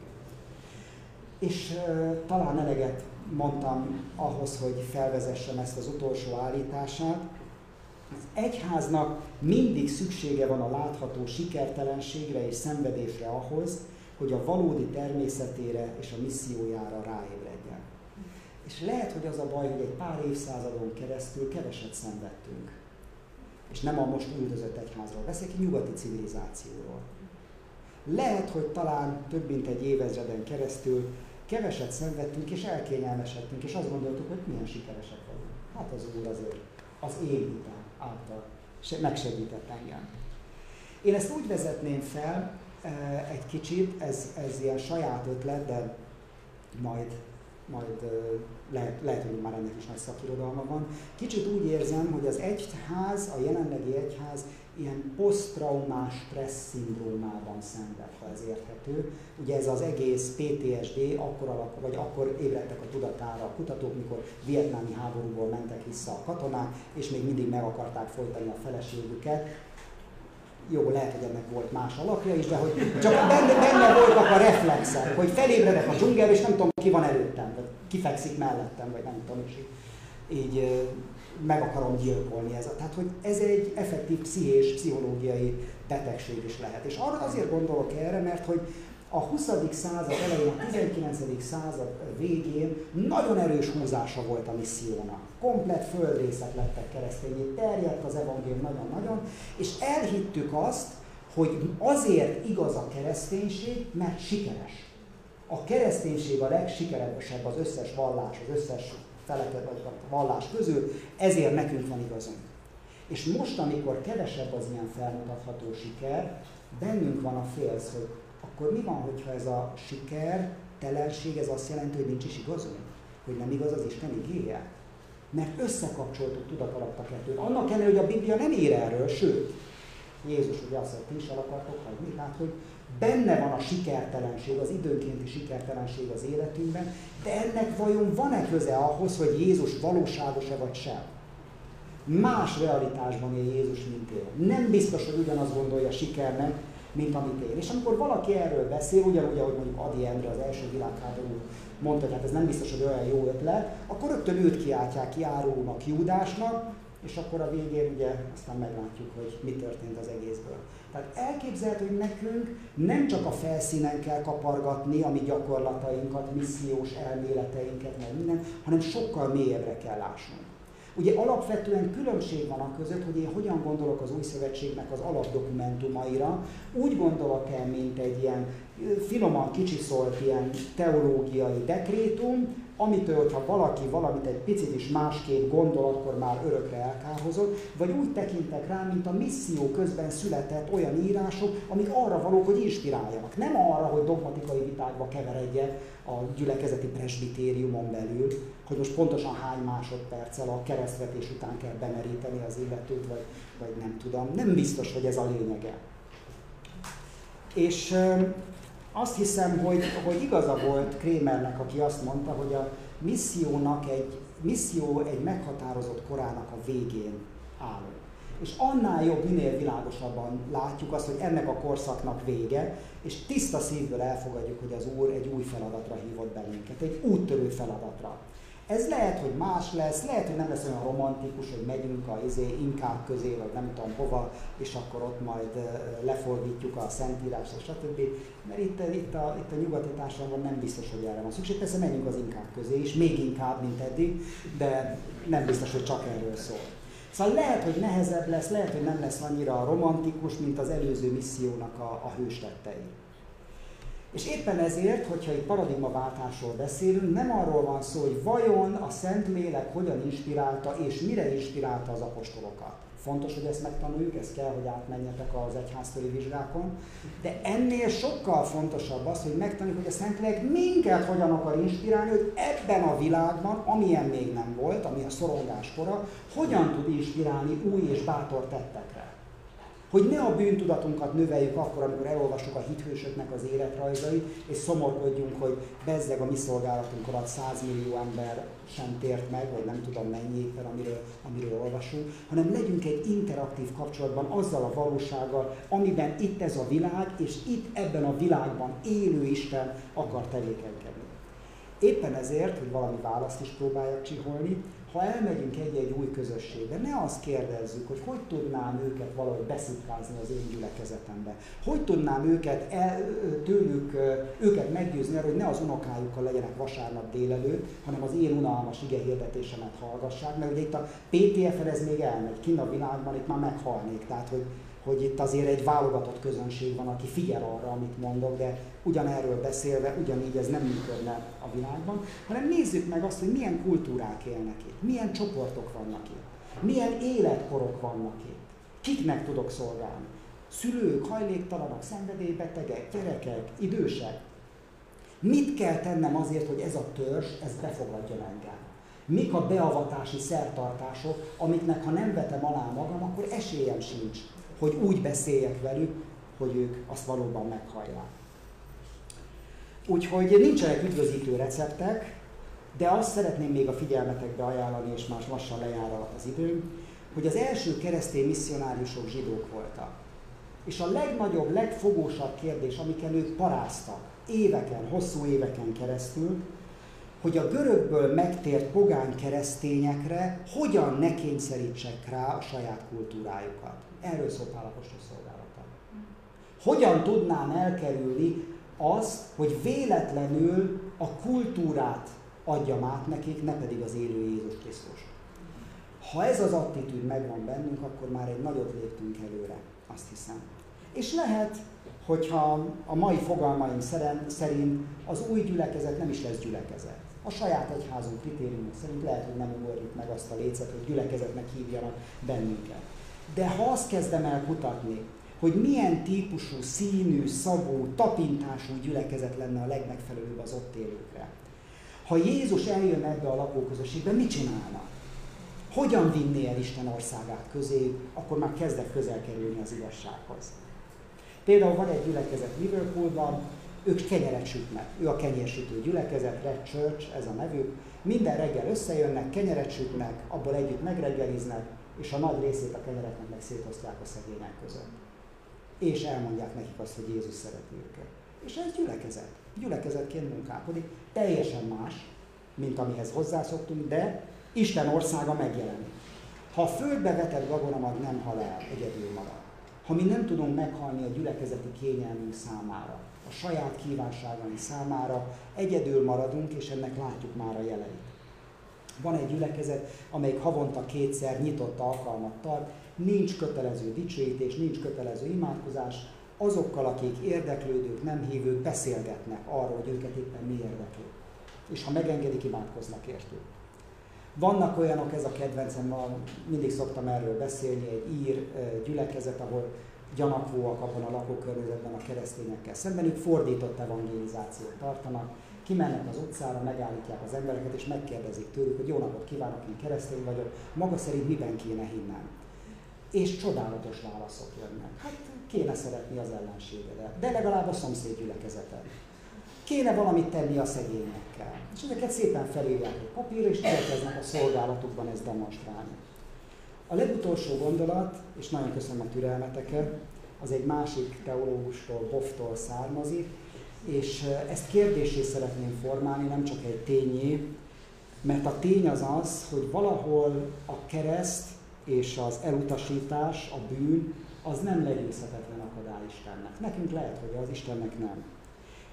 És talán eleget mondtam ahhoz, hogy felvezessem ezt az utolsó állítását. Az egyháznak mindig szüksége van a látható sikertelenségre és szenvedésre ahhoz, hogy a valódi természetére és a missziójára ráébredjen. És lehet, hogy az a baj, hogy egy pár évszázadon keresztül keveset szenvedtünk. És nem a most üldözött egyházról beszélek, nyugati civilizációról. Lehet, hogy talán több mint egy évezreden keresztül keveset szenvedtünk és elkényelmesedtünk, és azt gondoltuk, hogy milyen sikeresek vagyunk. Hát az Úr azért az én hitem által megsegített engem. Én ezt úgy vezetném fel egy kicsit, ez ilyen saját ötlet, de majd lehet, hogy már ennek is nagy szakirodalma van. Kicsit úgy érzem, hogy az egyház, a jelenlegi egyház ilyen posztraumás stressz szindrómában szenved, ha ez érthető. Ugye ez az egész PTSD akkor ébredtek a tudatára a kutatók, mikor vietnámi háborúból mentek vissza a katonák, és még mindig meg akarták folytani a feleségüket. Jó, lehet, hogy ennek volt más alapja is, de hogy csak benne voltak a reflexek, hogy felébredek a dzsungelbe, és nem tudom, ki van előttem, vagy ki fekszik mellettem, vagy nem tudom, és így meg akarom gyilkolni. Tehát, hogy ez egy effektív pszichológiai betegség is lehet. És arra azért gondolok erre, mert hogy a 20. század elején, a 19. század végén nagyon erős húzása volt a missziónak. Komplett földrészek lettek keresztényé, terjedt az evangélium nagyon-nagyon, és elhittük azt, hogy azért igaz a kereszténység, mert sikeres. A kereszténység a legsikeresebb az összes vallás, az összes feleket vagy vallás közül, ezért nekünk van igazunk. És most, amikor kevesebb az ilyen felmutatható siker, bennünk van a félsz, hogy akkor mi van, hogyha ez a sikertelenség, ez azt jelenti, hogy nincs is igazunk? Hogy nem igaz az Isten igéje? Mert összekapcsoltuk tudat alatt a kettőt. Annak ellenére, hogy a Biblia nem ír erről, sőt, Jézus ugye azt mondja, ti is el akartok hagyni, tehát hogy benne van a sikertelenség, az időnkénti sikertelenség az életünkben, de ennek vajon van-e köze ahhoz, hogy Jézus valóságos-e vagy sem? Más realitásban él Jézus, mint én. Nem biztos, hogy ugyanazt gondolja sikernek, mint amit én. És amikor valaki erről beszél, ugyanúgy, ahogy mondjuk Ady Endre az első világháború mondta, hogy hát ez nem biztos, hogy olyan jó ötlet, akkor rögtön őt kiáltják ki árulónak, Júdásnak, és akkor a végén ugye aztán meglátjuk, hogy mi történt az egészből. Tehát elképzelhető, hogy nekünk nem csak a felszínen kell kapargatni a mi gyakorlatainkat, missziós elméleteinket, meg minden, hanem sokkal mélyebbre kell lássunk. Ugye alapvetően különbség van a között, hogy én hogyan gondolok az Új Szövetségnek az alapdokumentumaira. Úgy gondolok el, mint egy ilyen finoman kicsiszolt ilyen teológiai dekrétum, amitől, hogyha valaki valamit egy picit is másképp gondol, akkor már örökre elkárhozott, vagy úgy tekintek rá, mint a misszió közben született olyan írások, amik arra valók, hogy inspiráljanak. Nem arra, hogy dogmatikai vitákba keveredjek a gyülekezeti presbitériumon belül, hogy most pontosan hány másodperccel a keresztvetés után kell bemeríteni az illetőt, vagy nem tudom. Nem biztos, hogy ez a lényege. És azt hiszem, hogy igaza volt Krémernek, aki azt mondta, hogy a misszió egy meghatározott korának a végén áll. És annál jobb, minél világosabban látjuk azt, hogy ennek a korszaknak vége, és tiszta szívből elfogadjuk, hogy az Úr egy új feladatra hívott bennünket, egy úttörő feladatra. Ez lehet, hogy más lesz, lehet, hogy nem lesz olyan romantikus, hogy megyünk a inkák közé, vagy nem tudom hova, és akkor ott majd lefordítjuk a Szentírást, stb. Mert itt a nyugati társadalomban nem biztos, hogy erre van szükség. Persze menjünk az inkák közé is, még inkább, mint eddig, de nem biztos, hogy csak erről szól. Szóval lehet, hogy nehezebb lesz, lehet, hogy nem lesz annyira romantikus, mint az előző missziónak a hőstettei. És éppen ezért, hogyha itt paradigmaváltásról beszélünk, nem arról van szó, hogy vajon a Szentlélek hogyan inspirálta és mire inspirálta az apostolokat. Fontos, hogy ezt megtanuljuk, ez kell, hogy átmenjetek az egyháztőri vizsgákon, de ennél sokkal fontosabb az, hogy megtanuljuk, hogy a Szentlélek minket hogyan akar inspirálni, hogy ebben a világban, amilyen még nem volt, ami a szorongás kora, hogyan tud inspirálni új és bátor tettekre. Hogy ne a bűntudatunkat növeljük akkor, amikor elolvassuk a hithősöknek az életrajzait, és szomorkodjunk, hogy bezzeg a mi szolgálatunk alatt 100 millió ember sem tért meg, vagy nem tudom mennyi éppen, amiről olvasunk, hanem legyünk egy interaktív kapcsolatban azzal a valósággal, amiben itt ez a világ, és itt ebben a világban élő Isten akar tevékenykedni. Éppen ezért, hogy valami választ is próbáljak csiholni, ha elmegyünk egy-egy új közösségbe, ne azt kérdezzük, hogy hogy tudnám őket valahogy beszipkázni az én gyülekezetembe. Hogy tudnám őket meggyőzni arra, hogy ne az unokájukkal legyenek vasárnap délelőtt, hanem az én unalmas igehirdetésemet hallgassák, mert ugye itt a PTF-en ez még elmegy, kint a világban itt már meghalnék, tehát hogy itt azért egy válogatott közönség van, aki figyel arra, amit mondok, de ugyanerről beszélve, ugyanígy ez nem működne a világban, hanem nézzük meg azt, hogy milyen kultúrák élnek itt, milyen csoportok vannak itt, milyen életkorok vannak itt, kiknek tudok szolgálni. Szülők, hajléktalanok, szenvedélybetegek, gyerekek, idősek. Mit kell tennem azért, hogy ez a törzs, ez befogadjon engem? Mik a beavatási szertartások, amiknek ha nem vetem alá magam, akkor esélyem sincs, hogy úgy beszéljek velük, hogy ők azt valóban meghallják. Úgyhogy nincsenek üdvözítő receptek, de azt szeretném még a figyelmetekbe ajánlani, és már lassan lejár az időm, hogy az első keresztény misszionáriusok zsidók voltak. És a legnagyobb, legfogósabb kérdés, amiken ők paráztak éveken, hosszú éveken keresztül, hogy a görögből megtért pogány keresztényekre hogyan ne kényszerítsek rá a saját kultúrájukat. Erről szól Pál apostol szolgálata. Hogyan tudnám elkerülni azt, hogy véletlenül a kultúrát adjam át nekik, ne pedig az élő Jézus Krisztus. Ha ez az attitűd megvan bennünk, akkor már egy nagyot léptünk előre, azt hiszem. És lehet, hogyha a mai fogalmaim szerint az új gyülekezet nem is lesz gyülekezet. A saját egyházunk kritériumok szerint lehet, hogy nem ugorjuk meg azt a lécet, hogy gyülekezetnek hívjanak bennünket. De ha azt kezdem el kutatni, hogy milyen típusú, színű, szagú, tapintású gyülekezet lenne a legmegfelelőbb az ott élőkre. Ha Jézus eljön ebbe a lakóközösségbe, mit csinálna? Hogyan vinné el Isten országát közé, akkor már kezdek közel kerülni az igazsághoz. Például van egy gyülekezet Liverpoolban, ők kenyeret sütnek. Ő a kenyérsütő gyülekezet, Red Church, ez a nevük. Minden reggel összejönnek, kenyeret sütnek, abból együtt megreggeliznek, és a nagy részét a kenyereknek meg szétosztják a szegények között. És elmondják nekik azt, hogy Jézus szereti őket. És ez gyülekezet. Gyülekezetként munkálkodik. Teljesen más, mint amihez hozzászoktunk, de Isten országa megjelenik. Ha a földbe vetett gabonamag nem hal el, egyedül marad. Ha mi nem tudunk meghalni a gyülekezeti kényelmünk számára, a saját kívánságaink számára, egyedül maradunk, és ennek látjuk már a jeleit. Van egy gyülekezet, amelyik havonta 2-szer nyitott alkalmat tart, nincs kötelező dicsőítés, nincs kötelező imádkozás, azokkal, akik érdeklődők, nem hívők, beszélgetnek arról, hogy őket éppen mi érdekli. És ha megengedik, imádkoznak értük. Vannak olyanok, ez a kedvencem, mindig szoktam erről beszélni, egy ír gyülekezet, ahol gyanakvóak abban a lakókörnyezetben a keresztényekkel szemben, ők fordított evangelizációt tartanak, kimennek az utcára, megállítják az embereket, és megkérdezik tőlük, hogy jó napot kívánok, én keresztény vagyok, maga szerint miben kéne hinnem? És csodálatos válaszok jönnek. Hát kéne szeretni az ellenségedet, de legalább a szomszéd gyülekezetet. Kéne valamit tenni a szegényekkel. És ezeket szépen felírják egy papírra, és elkezdenek a szolgálatukban ezt demonstrálni. A legutolsó gondolat, és nagyon köszönöm a türelmeteket, az egy másik teológustól, Boftól származik, és ezt kérdéssé szeretném formálni, nem csak egy tényé, mert a tény az az, hogy valahol a kereszt és az elutasítás, a bűn, az nem legyőzhetetlen akadály Istennek. Nekünk lehet, hogy az, Istennek nem.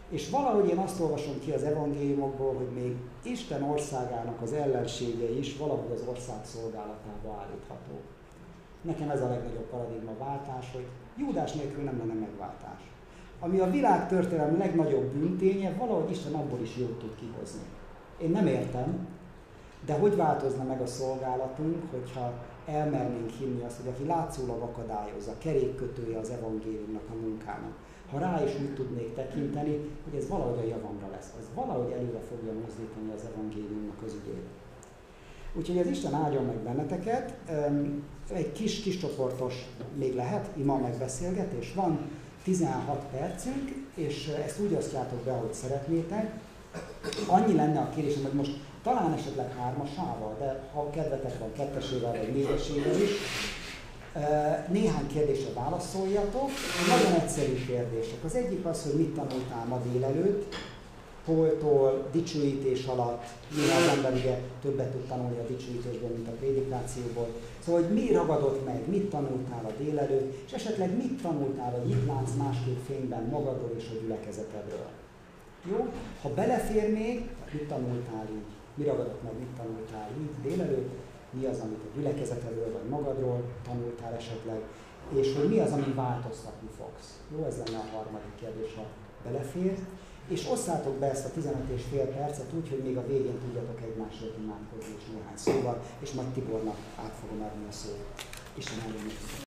És valahogy én azt olvasom ki az evangéliumokból, hogy még Isten országának az ellenségei is valahogy az ország szolgálatába állítható. Nekem ez a legnagyobb paradigmaváltás, hogy Júdás nélkül nem lenne megváltás. Ami a világtörténelem legnagyobb bűnténye, valahogy Isten abból is jót tud kihozni. Én nem értem, de hogy változna meg a szolgálatunk, hogyha elmernénk hinni azt, hogy aki látszólag akadályozza, kerékkötője az evangéliumnak, a munkának, ha rá is úgy tudnék tekinteni, hogy ez valahogy a javamra lesz, ez valahogy előre fogja mozdítani az evangéliumnak az ügyét. Úgyhogy az Isten áldjon meg benneteket, egy kis csoportos még lehet, ima megbeszélgetés, van 16 percünk, és ezt úgy osztjátok be, ahogy szeretnétek. Annyi lenne a kérésem, hogy most talán esetleg 3-asával, de ha kedvetek van 2-esével vagy 4-esével is, néhány kérdésre válaszoljatok. Nagyon egyszerű kérdések. Az egyik az, hogy mit tanultál ma délelőtt, holtól, dicsőítés alatt, mire az ember ugye többet tud tanulni a dicsőítésből, mint a prédikációból. Szóval, hogy mi ragadott meg, mit tanultál a délelőtt, és esetleg mit tanultál a Nyitlánc másképp fényben magadról és a gyülekezetedről. Jó? Ha belefér még, mit tanultál így, mi ragadott meg, mit tanultál így délelőtt, mi az, amit a gyülekezetedről vagy magadról tanultál esetleg, és hogy mi az, ami változtatni fogsz. Jó, ez lenne a harmadik kérdés, ha belefér. És osszátok be ezt a 15,5 percet úgy, hogy még a végén tudjatok egymásért imádkozni és néhány szóval, és majd Tibornak át fogom adni a szót. Isten áldjon.